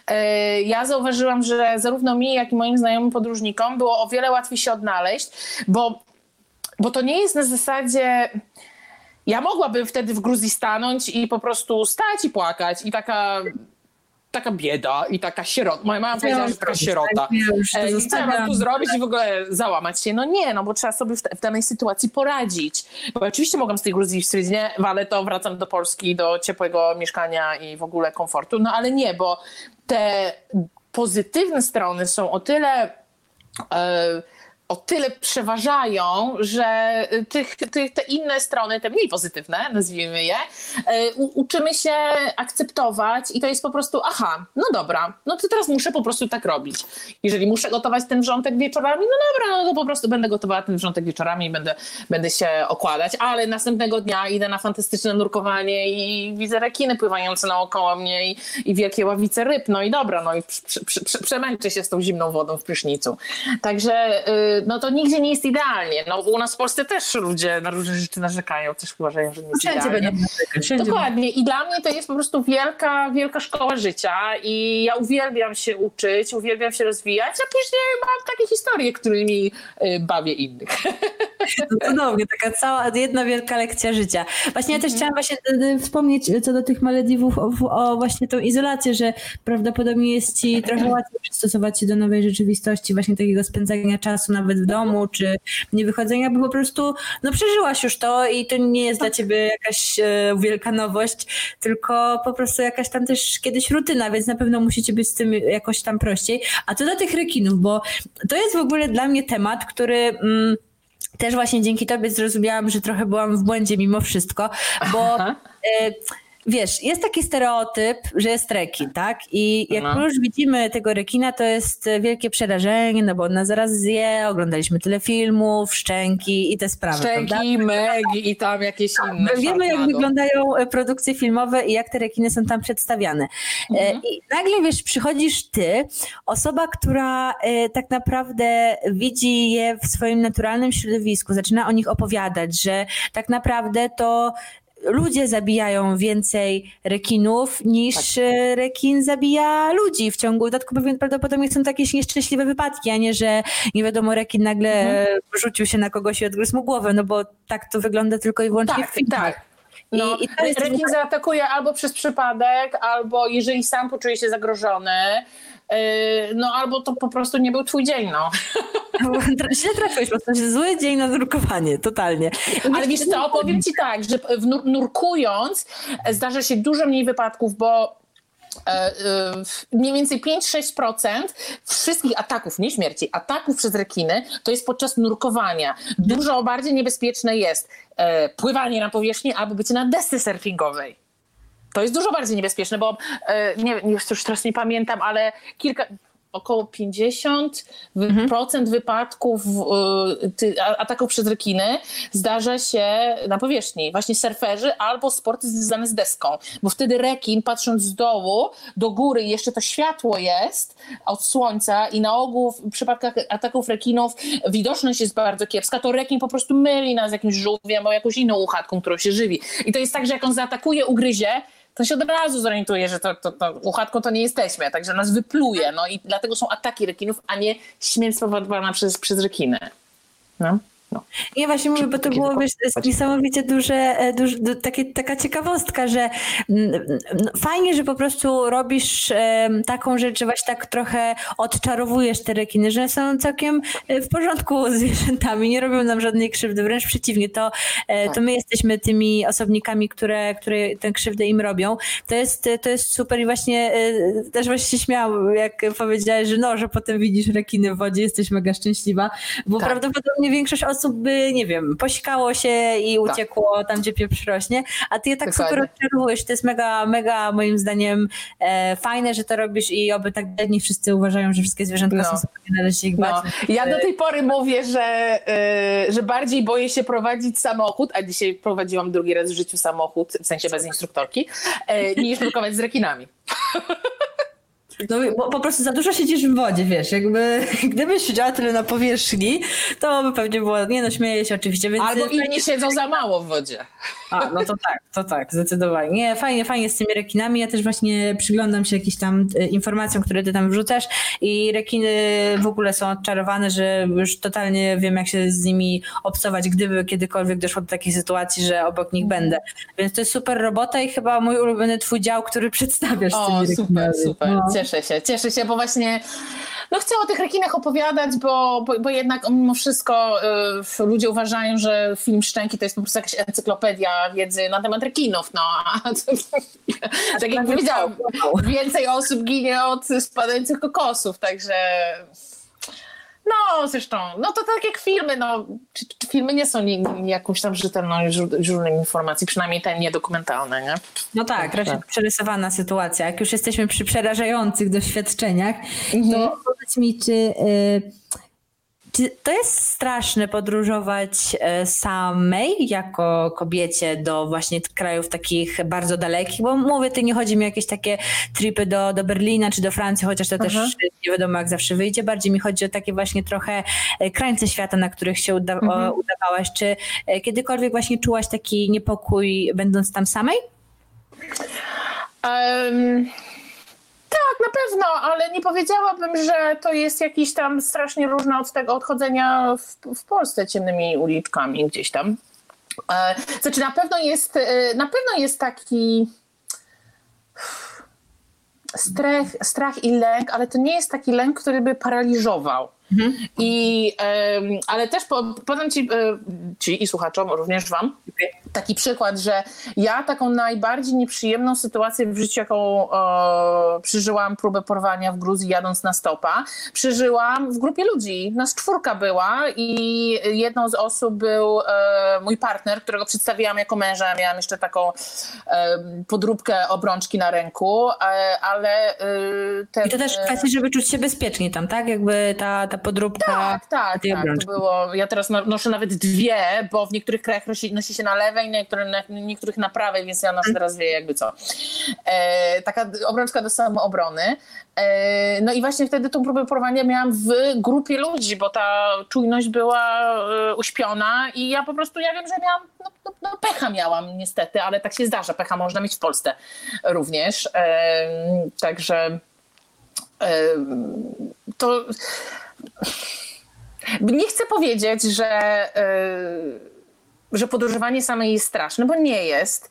ja zauważyłam, że zarówno mi, jak i moim znajomym podróżnikom było o wiele łatwiej się odnaleźć, bo, bo to nie jest na zasadzie... Ja mogłabym wtedy w Gruzji stanąć i po prostu stać i płakać i taka... taka bieda i taka sierota. Moja mama powiedziała, że taka sierota. I co ja mam tu zrobić i w ogóle załamać się? No nie, no bo trzeba sobie w, te, w danej sytuacji poradzić. Bo oczywiście mogłam z tej Gruzji stwierdzić, nie, ale to wracam do Polski, do ciepłego mieszkania i w ogóle komfortu. No ale nie, bo te pozytywne strony są o tyle... Yy, o tyle przeważają, że tych, tych, te inne strony, te mniej pozytywne, nazwijmy je, u, uczymy się akceptować i to jest po prostu, aha, no dobra, no to teraz muszę po prostu tak robić. Jeżeli muszę gotować ten wrzątek wieczorami, no dobra, no to po prostu będę gotowała ten wrzątek wieczorami i będę, będę się okładać, ale następnego dnia idę na fantastyczne nurkowanie i widzę rekiny pływające naokoło mnie i, i wielkie ławice ryb, no i dobra, no i prze, prze, prze, przemęczę się z tą zimną wodą w prysznicu. Także no to nigdzie nie jest idealnie. No u nas w Polsce też ludzie na różne rzeczy narzekają, też uważają, że nie jest wszędzie idealnie. Wszędzie Dokładnie. I dla mnie to jest po prostu wielka, wielka szkoła życia i ja uwielbiam się uczyć, uwielbiam się rozwijać, a później mam takie historie, którymi y, bawię innych. No cudownie, taka cała, jedna wielka lekcja życia. Właśnie ja też chciałam właśnie wspomnieć co do tych Malediwów o, o właśnie tą izolację, że prawdopodobnie jest ci trochę łatwiej przystosować się do nowej rzeczywistości, właśnie takiego spędzania czasu nawet w domu, czy nie wychodzenia, bo po prostu no przeżyłaś już to i to nie jest dla ciebie jakaś e, wielka nowość, tylko po prostu jakaś tam też kiedyś rutyna, więc na pewno musicie być z tym jakoś tam prościej. A co do tych rekinów, bo to jest w ogóle dla mnie temat, który... Mm, też właśnie dzięki tobie zrozumiałam, że trochę byłam w błędzie mimo wszystko, bo e, wiesz, jest taki stereotyp, że jest rekin, tak? I jak no. już widzimy tego rekina, to jest wielkie przerażenie, no bo on nas zaraz zje, oglądaliśmy tyle filmów, Szczęki i te sprawy. Szczęki, Megi i tam jakieś inne. Wiemy, jak wyglądają produkcje filmowe i jak te rekiny są tam przedstawiane. Mhm. I nagle, wiesz, przychodzisz ty, osoba, która tak naprawdę widzi je w swoim naturalnym środowisku, zaczyna o nich opowiadać, że tak naprawdę to ludzie zabijają więcej rekinów niż tak. rekin zabija ludzi w ciągu. W dodatku prawdopodobnie są takie nieszczęśliwe wypadki, a nie, że nie wiadomo, rekin nagle mhm. rzucił się na kogoś i odgryzł mu głowę, no bo tak to wygląda tylko i wyłącznie tak, w filmach. Tak. No, I, i to jest rekin w... zaatakuje albo przez przypadek, albo jeżeli sam poczuje się zagrożony, yy, no albo to po prostu nie był twój dzień, no. Źle trafiłeś, po prostu zły dzień na nurkowanie, totalnie. Ale wiesz co, powiem ci tak, że nurkując zdarza się dużo mniej wypadków, bo mniej więcej pięć do sześciu procent wszystkich ataków, nie śmierci, ataków przez rekiny to jest podczas nurkowania. Dużo bardziej niebezpieczne jest pływanie na powierzchni albo bycie na desce surfingowej. To jest dużo bardziej niebezpieczne, bo nie wiem, już teraz nie pamiętam, ale kilka... około pięćdziesiąt procent wypadków, y, ataków przez rekiny zdarza się na powierzchni. Właśnie surferzy albo sporty związane z deską. Bo wtedy rekin, patrząc z dołu do góry, jeszcze to światło jest od słońca i na ogół w przypadkach ataków rekinów widoczność jest bardzo kiepska, to rekin po prostu myli nas jakimś żółwiem albo jakąś inną uchatką, którą się żywi. I to jest tak, że jak on zaatakuje, ugryzie, to się od razu zorientuje, że to, to, to uchatką to nie jesteśmy, także nas wypluje. No i dlatego są ataki rekinów, a nie śmierć spowodowana przez, przez rekiny. No. No. Nie, właśnie mówię, bo to było wiesz, niesamowicie duże, duże, du, takie, taka ciekawostka, że no, fajnie, że po prostu robisz e, taką rzecz, że właśnie tak trochę odczarowujesz te rekiny, że są całkiem w porządku z zwierzętami, nie robią nam żadnej krzywdy, wręcz przeciwnie, to, e, to my jesteśmy tymi osobnikami, które, które tę krzywdę im robią. To jest, to jest super i właśnie e, też właśnie się śmiałam, jak powiedziałeś, że no, że potem widzisz rekiny w wodzie, jesteś mega szczęśliwa, bo tak. Prawdopodobnie większość osób by, nie wiem, posikało się i uciekło tak. tam, gdzie pieprz rośnie, a ty je tak Dokładnie. Super odczarowujesz. To jest mega, mega moim zdaniem e, fajne, że to robisz i oby tak nie wszyscy uważają, że wszystkie zwierzęta no. są super, należy się ich bać. No. Ja do tej pory mówię, że, y, że bardziej boję się prowadzić samochód, a dzisiaj prowadziłam drugi raz w życiu samochód, w sensie bez instruktorki, y, niż nurkować z rekinami. No, bo po prostu za dużo siedzisz w wodzie, wiesz, jakby gdybyś siedziała tyle na powierzchni, to by pewnie było, nie no, śmieję się oczywiście. Więc albo inni siedzą za mało w wodzie. A, no to tak, to tak, zdecydowanie. Nie, fajnie, fajnie z tymi rekinami, ja też właśnie przyglądam się jakimś tam informacjom, które ty tam wrzucasz i rekiny w ogóle są odczarowane, że już totalnie wiem, jak się z nimi obcować, gdyby kiedykolwiek doszło do takiej sytuacji, że obok nich będę. Więc to jest super robota i chyba mój ulubiony twój dział, który przedstawiasz z tymi rekinami. O, super, super. No. Cieszę się, cieszę się, bo właśnie no chcę o tych rekinach opowiadać, bo, bo, bo jednak mimo wszystko y, ludzie uważają, że film Szczęki to jest po prostu jakaś encyklopedia wiedzy na temat rekinów. No, a to, tak jak powiedziałam, więcej osób ginie od spadających kokosów, także no zresztą, no to tak jak filmy, no czy, czy filmy nie są nie, nie jakąś tam rzetelną źródłem informacji, przynajmniej te niedokumentalne, nie? No tak, raczej tak. Przerysowana sytuacja. Jak już jesteśmy przy przerażających doświadczeniach, mhm. to powiedz mi, czy... Y- Czy to jest straszne podróżować samej jako kobiecie do właśnie krajów takich bardzo dalekich? Bo mówię, to nie chodzi mi o jakieś takie tripy do, do Berlina czy do Francji, chociaż to Aha. też nie wiadomo jak zawsze wyjdzie. Bardziej mi chodzi o takie właśnie trochę krańce świata, na których się uda- mhm. udawałaś. Czy kiedykolwiek właśnie czułaś taki niepokój będąc tam samej? Um... Tak, na pewno, ale nie powiedziałabym, że to jest jakiś tam strasznie różne od tego odchodzenia w, w Polsce ciemnymi uliczkami gdzieś tam. Znaczy na pewno jest, na pewno jest taki strach, strach i lęk, ale to nie jest taki lęk, który by paraliżował. Mhm. I, um, ale też po, podam ci, ci i słuchaczom, również wam, taki przykład, że ja taką najbardziej nieprzyjemną sytuację w życiu, jaką e, przeżyłam, próbę porwania w Gruzji jadąc na stopa, przeżyłam w grupie ludzi. Nas czwórka była i jedną z osób był e, mój partner, którego przedstawiłam jako męża. Miałam jeszcze taką e, podróbkę obrączki na ręku, e, ale... E, ten, I to też kwestia, żeby czuć się bezpiecznie tam, tak? Jakby ta, ta podróbka... Tak, tak, tak. To było, ja teraz noszę nawet dwie, bo w niektórych krajach nosi, nosi się na lewej, niektórych na, niektórych na prawej, więc ja noszę teraz dwie, jakby co. E, taka obrączka do samoobrony. E, no i właśnie wtedy tą próbę porwania miałam w grupie ludzi, bo ta czujność była e, uśpiona i ja po prostu, ja wiem, że miałam, no, no, no pecha miałam niestety, ale tak się zdarza, pecha można mieć w Polsce również. E, także e, to... Nie chcę powiedzieć, że, że podróżowanie same jest straszne, bo nie jest,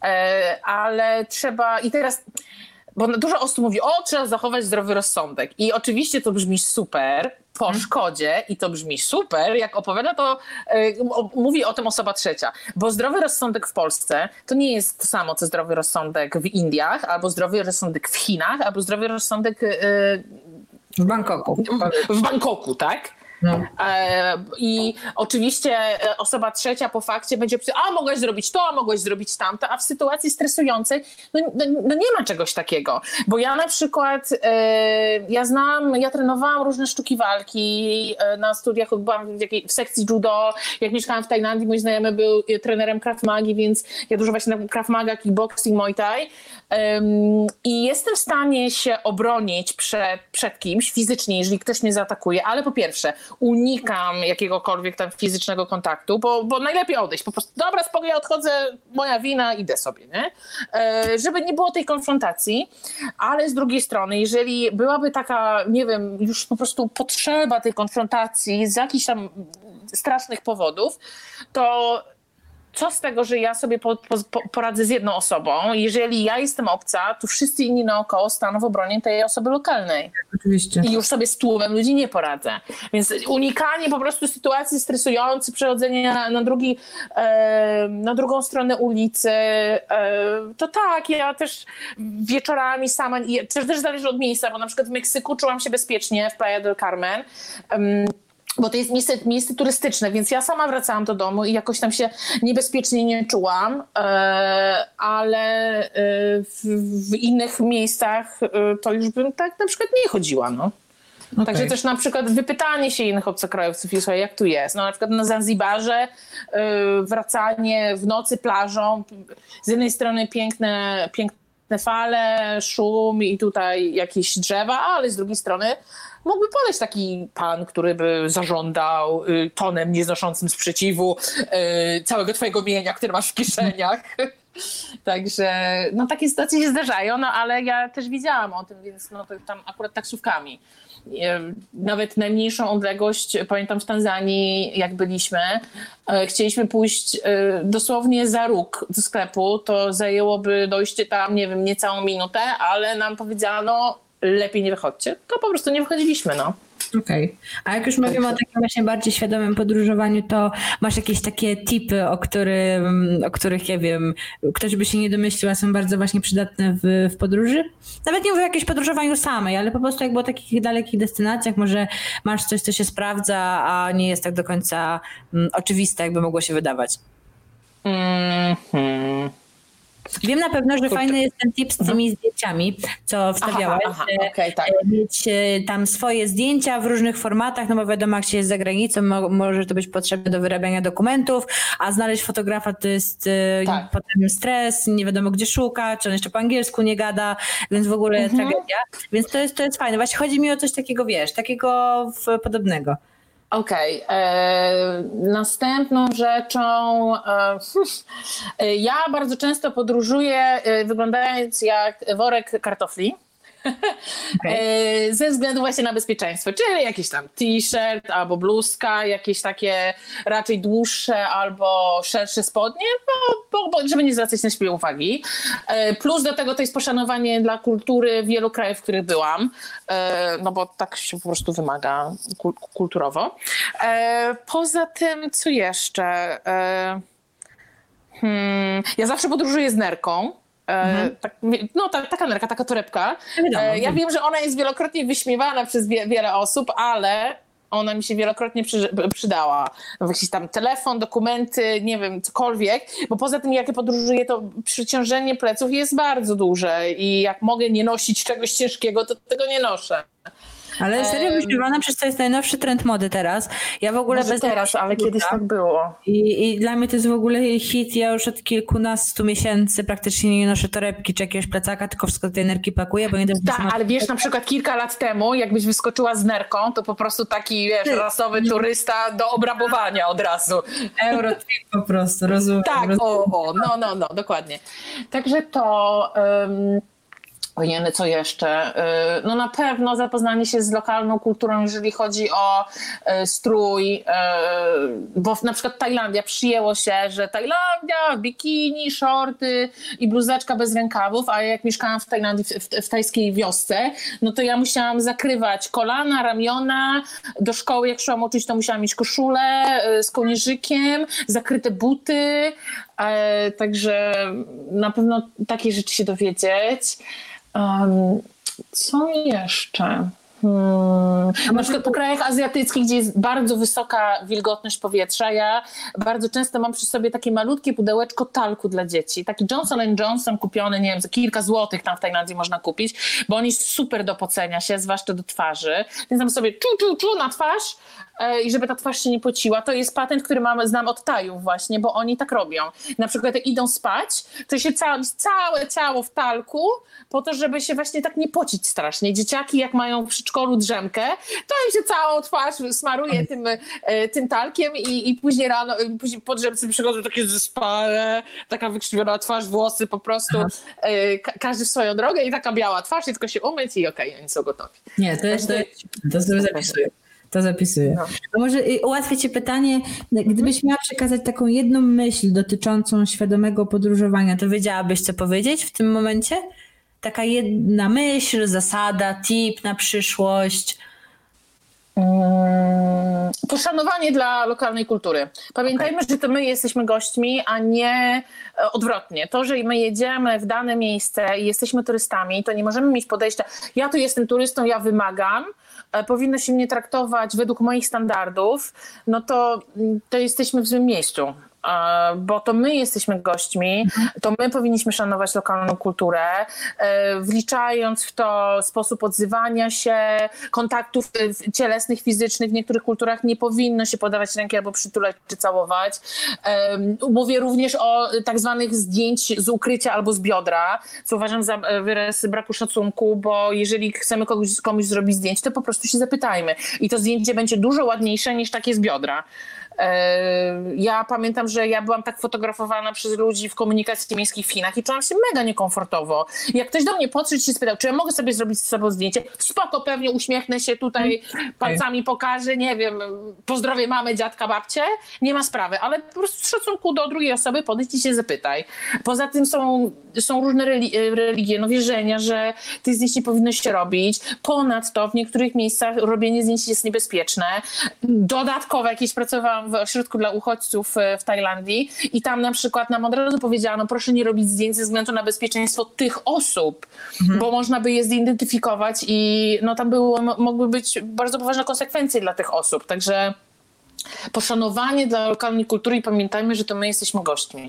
ale trzeba i teraz... Bo dużo osób mówi, o, trzeba zachować zdrowy rozsądek. I oczywiście to brzmi super po hmm. szkodzie i to brzmi super, jak opowiada to, y, mówi o tym osoba trzecia. Bo zdrowy rozsądek w Polsce to nie jest to samo, co zdrowy rozsądek w Indiach, albo zdrowy rozsądek w Chinach, albo zdrowy rozsądek y, w Bangkoku. W Bangkoku, tak? No. I oczywiście osoba trzecia po fakcie będzie powiedzieć, a mogłeś zrobić to, a mogłeś zrobić tamto, a w sytuacji stresującej no, no, no nie ma czegoś takiego. Bo ja na przykład, ja znam, ja trenowałam różne sztuki walki na studiach, byłam w, jakiej, w sekcji judo, jak mieszkałam w Tajlandii, mój znajomy był trenerem Krav Magi, więc ja dużo właśnie na Krav Maga, kickboxing, Muay Thai. I jestem w stanie się obronić przed, przed kimś fizycznie, jeżeli ktoś mnie zaatakuje, ale po pierwsze unikam jakiegokolwiek tam fizycznego kontaktu, bo, bo najlepiej odejść. Po prostu, dobra, spokojnie, ja odchodzę, moja wina, idę sobie, nie? E, żeby nie było tej konfrontacji, ale z drugiej strony, jeżeli byłaby taka, nie wiem, już po prostu potrzeba tej konfrontacji z jakichś tam strasznych powodów, to co z tego, że ja sobie po, po, poradzę z jedną osobą? Jeżeli ja jestem obca, to wszyscy inni naokoło staną w obronie tej osoby lokalnej. Oczywiście. I już sobie z tłumem ludzi nie poradzę. Więc unikanie po prostu sytuacji stresujących, przechodzenie na, na, drugi, e, na drugą stronę ulicy, e, to tak, ja też wieczorami sama, też, też zależy od miejsca, bo na przykład w Meksyku czułam się bezpiecznie w Playa del Carmen, um, bo to jest miejsce, miejsce turystyczne, więc ja sama wracałam do domu i jakoś tam się niebezpiecznie nie czułam, ale w, w innych miejscach to już bym tak na przykład nie chodziła, no. Okay. Także też na przykład wypytanie się innych obcokrajowców, jak tu jest. No, na przykład na Zanzibarze wracanie w nocy plażą, z jednej strony piękne, piękne fale, szum i tutaj jakieś drzewa, ale z drugiej strony mógłby podejść taki pan, który by zażądał y, tonem nieznoszącym sprzeciwu y, całego twojego mienia, które masz w kieszeniach. Także no takie sytuacje się zdarzają, no ale ja też wiedziałam o tym, więc no to tam akurat taksówkami. Y, nawet najmniejszą odległość, pamiętam w Tanzanii, jak byliśmy, y, chcieliśmy pójść y, dosłownie za róg do sklepu, to zajęłoby dojście tam, nie wiem, niecałą minutę, ale nam powiedziano, lepiej nie wychodźcie, to po prostu nie wychodziliśmy, no. Okej. Okay. A jak już mówimy o takim właśnie bardziej świadomym podróżowaniu, to masz jakieś takie tipy, o, którym, o których, ja wiem, ktoś by się nie domyślił, a są bardzo właśnie przydatne w, w podróży? Nawet nie mówię o jakimś podróżowaniu samej, ale po prostu jakby o takich dalekich destynacjach, może masz coś, co się sprawdza, a nie jest tak do końca um, oczywiste, jakby mogło się wydawać. Mhm. Wiem na pewno, że Kurczę. fajny jest ten tip z tymi zdjęciami, co wstawiałaś. Aha, aha, okay, tak. Mieć tam swoje zdjęcia w różnych formatach, no bo wiadomo, jak się jest za granicą, mo- może to być potrzebne do wyrabiania dokumentów, a znaleźć fotografa to jest tak. potem stres, nie wiadomo gdzie szukać, on jeszcze po angielsku nie gada, więc w ogóle mhm. tragedia. Więc to jest, to jest fajne. Właśnie chodzi mi o coś takiego, wiesz, takiego w, podobnego. Okej. Okay. Następną rzeczą, e, ja bardzo często podróżuję e, wyglądając jak worek kartofli. Okay. Ze względu właśnie na bezpieczeństwo, czyli jakiś tam t-shirt albo bluzka, jakieś takie raczej dłuższe albo szersze spodnie, bo, bo, bo, żeby nie zwracać na siebie uwagi. Plus do tego to jest poszanowanie dla kultury wielu krajów, w których byłam, no bo tak się po prostu wymaga kulturowo. Poza tym, co jeszcze? Hmm, ja zawsze podróżuję z nerką. Mhm. Tak, no ta, taka nerka, taka torebka. Ja, ja wiem, że ona jest wielokrotnie wyśmiewana przez wie, wiele osób, ale ona mi się wielokrotnie przy, przydała. Jakiś tam telefon, dokumenty, nie wiem, cokolwiek, bo poza tym jak ja podróżuję, to przeciążenie pleców jest bardzo duże i jak mogę nie nosić czegoś ciężkiego, to tego nie noszę. Ale serio wyśmiewana, przecież to jest najnowszy trend mody teraz. Ja w ogóle bez teraz, ale kiedyś tak było. I, I dla mnie to jest w ogóle hit. Ja już od kilkunastu miesięcy praktycznie nie noszę torebki czy jakiegoś plecaka, tylko wszystko do tej nerki pakuję, bo nie też Tak, ale wiesz, na przykład kilka lat temu, jakbyś wyskoczyła z nerką, to po prostu taki, wiesz, rasowy turysta do obrabowania od razu. Eurotrip po prostu, rozumiem. Tak, rozumiem. o, o, no, no, no, dokładnie. Także to... Um, Ojej, co jeszcze? No na pewno zapoznanie się z lokalną kulturą, jeżeli chodzi o strój, bo na przykład Tajlandia przyjęło się, że Tajlandia, bikini, shorty i bluzeczka bez rękawów, a jak mieszkałam w Tajlandii, w, w tajskiej wiosce, no to ja musiałam zakrywać kolana, ramiona, do szkoły jak szłam uczyć, to musiałam mieć koszulę z kołnierzykiem, zakryte buty, także na pewno takie rzeczy się dowiedzieć. Um, co jeszcze? Hmm. Na przykład po krajach azjatyckich, gdzie jest bardzo wysoka wilgotność powietrza, ja bardzo często mam przy sobie takie malutkie pudełeczko talku dla dzieci. Taki Johnson and Johnson kupiony, nie wiem, za kilka złotych tam w Tajlandii można kupić, bo on jest super do pocenia się, zwłaszcza do twarzy. Więc tam sobie czu, czu, czu na twarz e, i żeby ta twarz się nie pociła. To jest patent, który mam, znam od Tajów właśnie, bo oni tak robią. Na przykład jak idą spać, to się całe, całe ciało w talku po to, żeby się właśnie tak nie pocić strasznie. Dzieciaki jak mają w przedszkolu drzemkę, to im się całą twarz smaruje tym, tym talkiem i, i później rano, później po drzemce przychodzą takie zespale, taka wykrzywiona twarz, włosy po prostu, ka- każdy w swoją drogę i taka biała twarz, i tylko się umyć i okej, okay, oni są gotowi. Nie, to jest, to, jest, to sobie zapisuję. To zapisuję. No. A może ułatwię ci pytanie, gdybyś miała przekazać taką jedną myśl dotyczącą świadomego podróżowania, to wiedziałabyś, co powiedzieć w tym momencie? Taka jedna myśl, zasada, tip na przyszłość. Hmm, poszanowanie dla lokalnej kultury. Pamiętajmy, okay. że to my jesteśmy gośćmi, a nie odwrotnie. To, że my jedziemy w dane miejsce i jesteśmy turystami, to nie możemy mieć podejścia, ja tu jestem turystą, ja wymagam, powinno się mnie traktować według moich standardów, no to, to jesteśmy w złym miejscu. Bo to my jesteśmy gośćmi, to my powinniśmy szanować lokalną kulturę, wliczając w to sposób odzywania się, kontaktów cielesnych, fizycznych. W niektórych kulturach nie powinno się podawać ręki albo przytulać czy całować. Mówię również o tak zwanych zdjęć z ukrycia albo z biodra, co uważam za wyraz braku szacunku, bo jeżeli chcemy komuś, komuś zrobić zdjęcie, to po prostu się zapytajmy. I to zdjęcie będzie dużo ładniejsze niż takie z biodra. Ja pamiętam, że ja byłam tak fotografowana przez ludzi w komunikacji miejskiej w Chinach i czułam się mega niekomfortowo. Jak ktoś do mnie podszedł i się spytał, czy ja mogę sobie zrobić z sobą zdjęcie, spoko, pewnie uśmiechnę się tutaj, palcami pokażę, nie wiem, pozdrowię mamę, dziadka, babcię, nie ma sprawy, ale po prostu w szacunku do drugiej osoby podejdź i się zapytaj. Poza tym są, są różne religie, no wierzenia, że tych zdjęć nie powinno się robić. Ponadto w niektórych miejscach robienie zdjęć jest niebezpieczne. Dodatkowo jakieś pracowałam w ośrodku dla uchodźców w Tajlandii i tam na przykład nam od razu powiedziano, proszę nie robić zdjęć ze względu na bezpieczeństwo tych osób, mhm. bo można by je zidentyfikować i no tam było, mogły być bardzo poważne konsekwencje dla tych osób. Także poszanowanie dla lokalnej kultury i pamiętajmy, że to my jesteśmy gośćmi.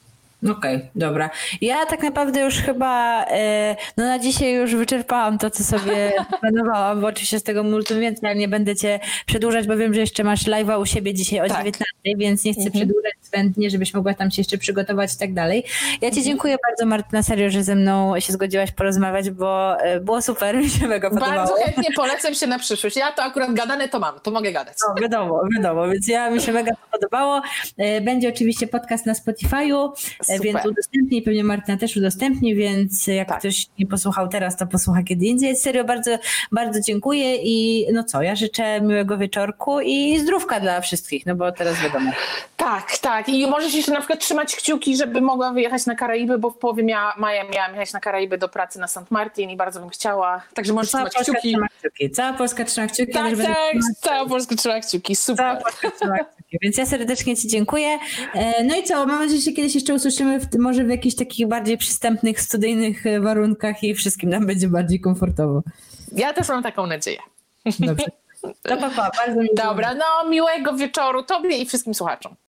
Okej, okay, dobra. Ja tak naprawdę już chyba no na dzisiaj już wyczerpałam to, co sobie planowałam, bo oczywiście z tego multum więcej, ale nie będę cię przedłużać, bo wiem, że jeszcze masz live'a u siebie dzisiaj o tak. dziewiętnastej, więc nie chcę mhm. przedłużać zbędnie, żebyś mogła tam się jeszcze przygotować i tak dalej. Ja ci dziękuję bardzo, Martyna, serio, że ze mną się zgodziłaś porozmawiać, bo było super, mi się mega podobało. Bardzo chętnie polecam się na przyszłość. Ja to akurat gadane to mam, to mogę gadać. No, wiadomo, wiadomo, więc ja mi się mega podobało. Będzie oczywiście podcast na Spotify'u. Super. Więc udostępnij, pewnie Martyna też udostępni, więc jak tak. ktoś nie posłuchał teraz, to posłucha kiedy indziej. Serio, bardzo, bardzo dziękuję i no co, ja życzę miłego wieczorku i zdrówka dla wszystkich, no bo teraz wiadomo. Tak, tak. I możesz jeszcze na przykład trzymać kciuki, żeby mogła wyjechać na Karaiby, bo w połowie mia- maja miałam jechać na Karaiby do pracy na Saint Martin i bardzo bym chciała. Także możesz cała trzymać Polska kciuki. Trzyma kciuki. Cała Polska trzyma kciuki. Tak, tak, cała Polska trzyma kciuki. Super. Cała Polska trzyma kciuki. Więc ja serdecznie ci dziękuję. No i co, mam nadzieję, że się kiedyś jeszcze usłyszymy w, może w jakichś takich bardziej przystępnych, studyjnych warunkach i wszystkim nam będzie bardziej komfortowo. Ja też mam taką nadzieję. Dobrze. To pa, pa, bardzo mi Dobra, no miłego wieczoru tobie i wszystkim słuchaczom.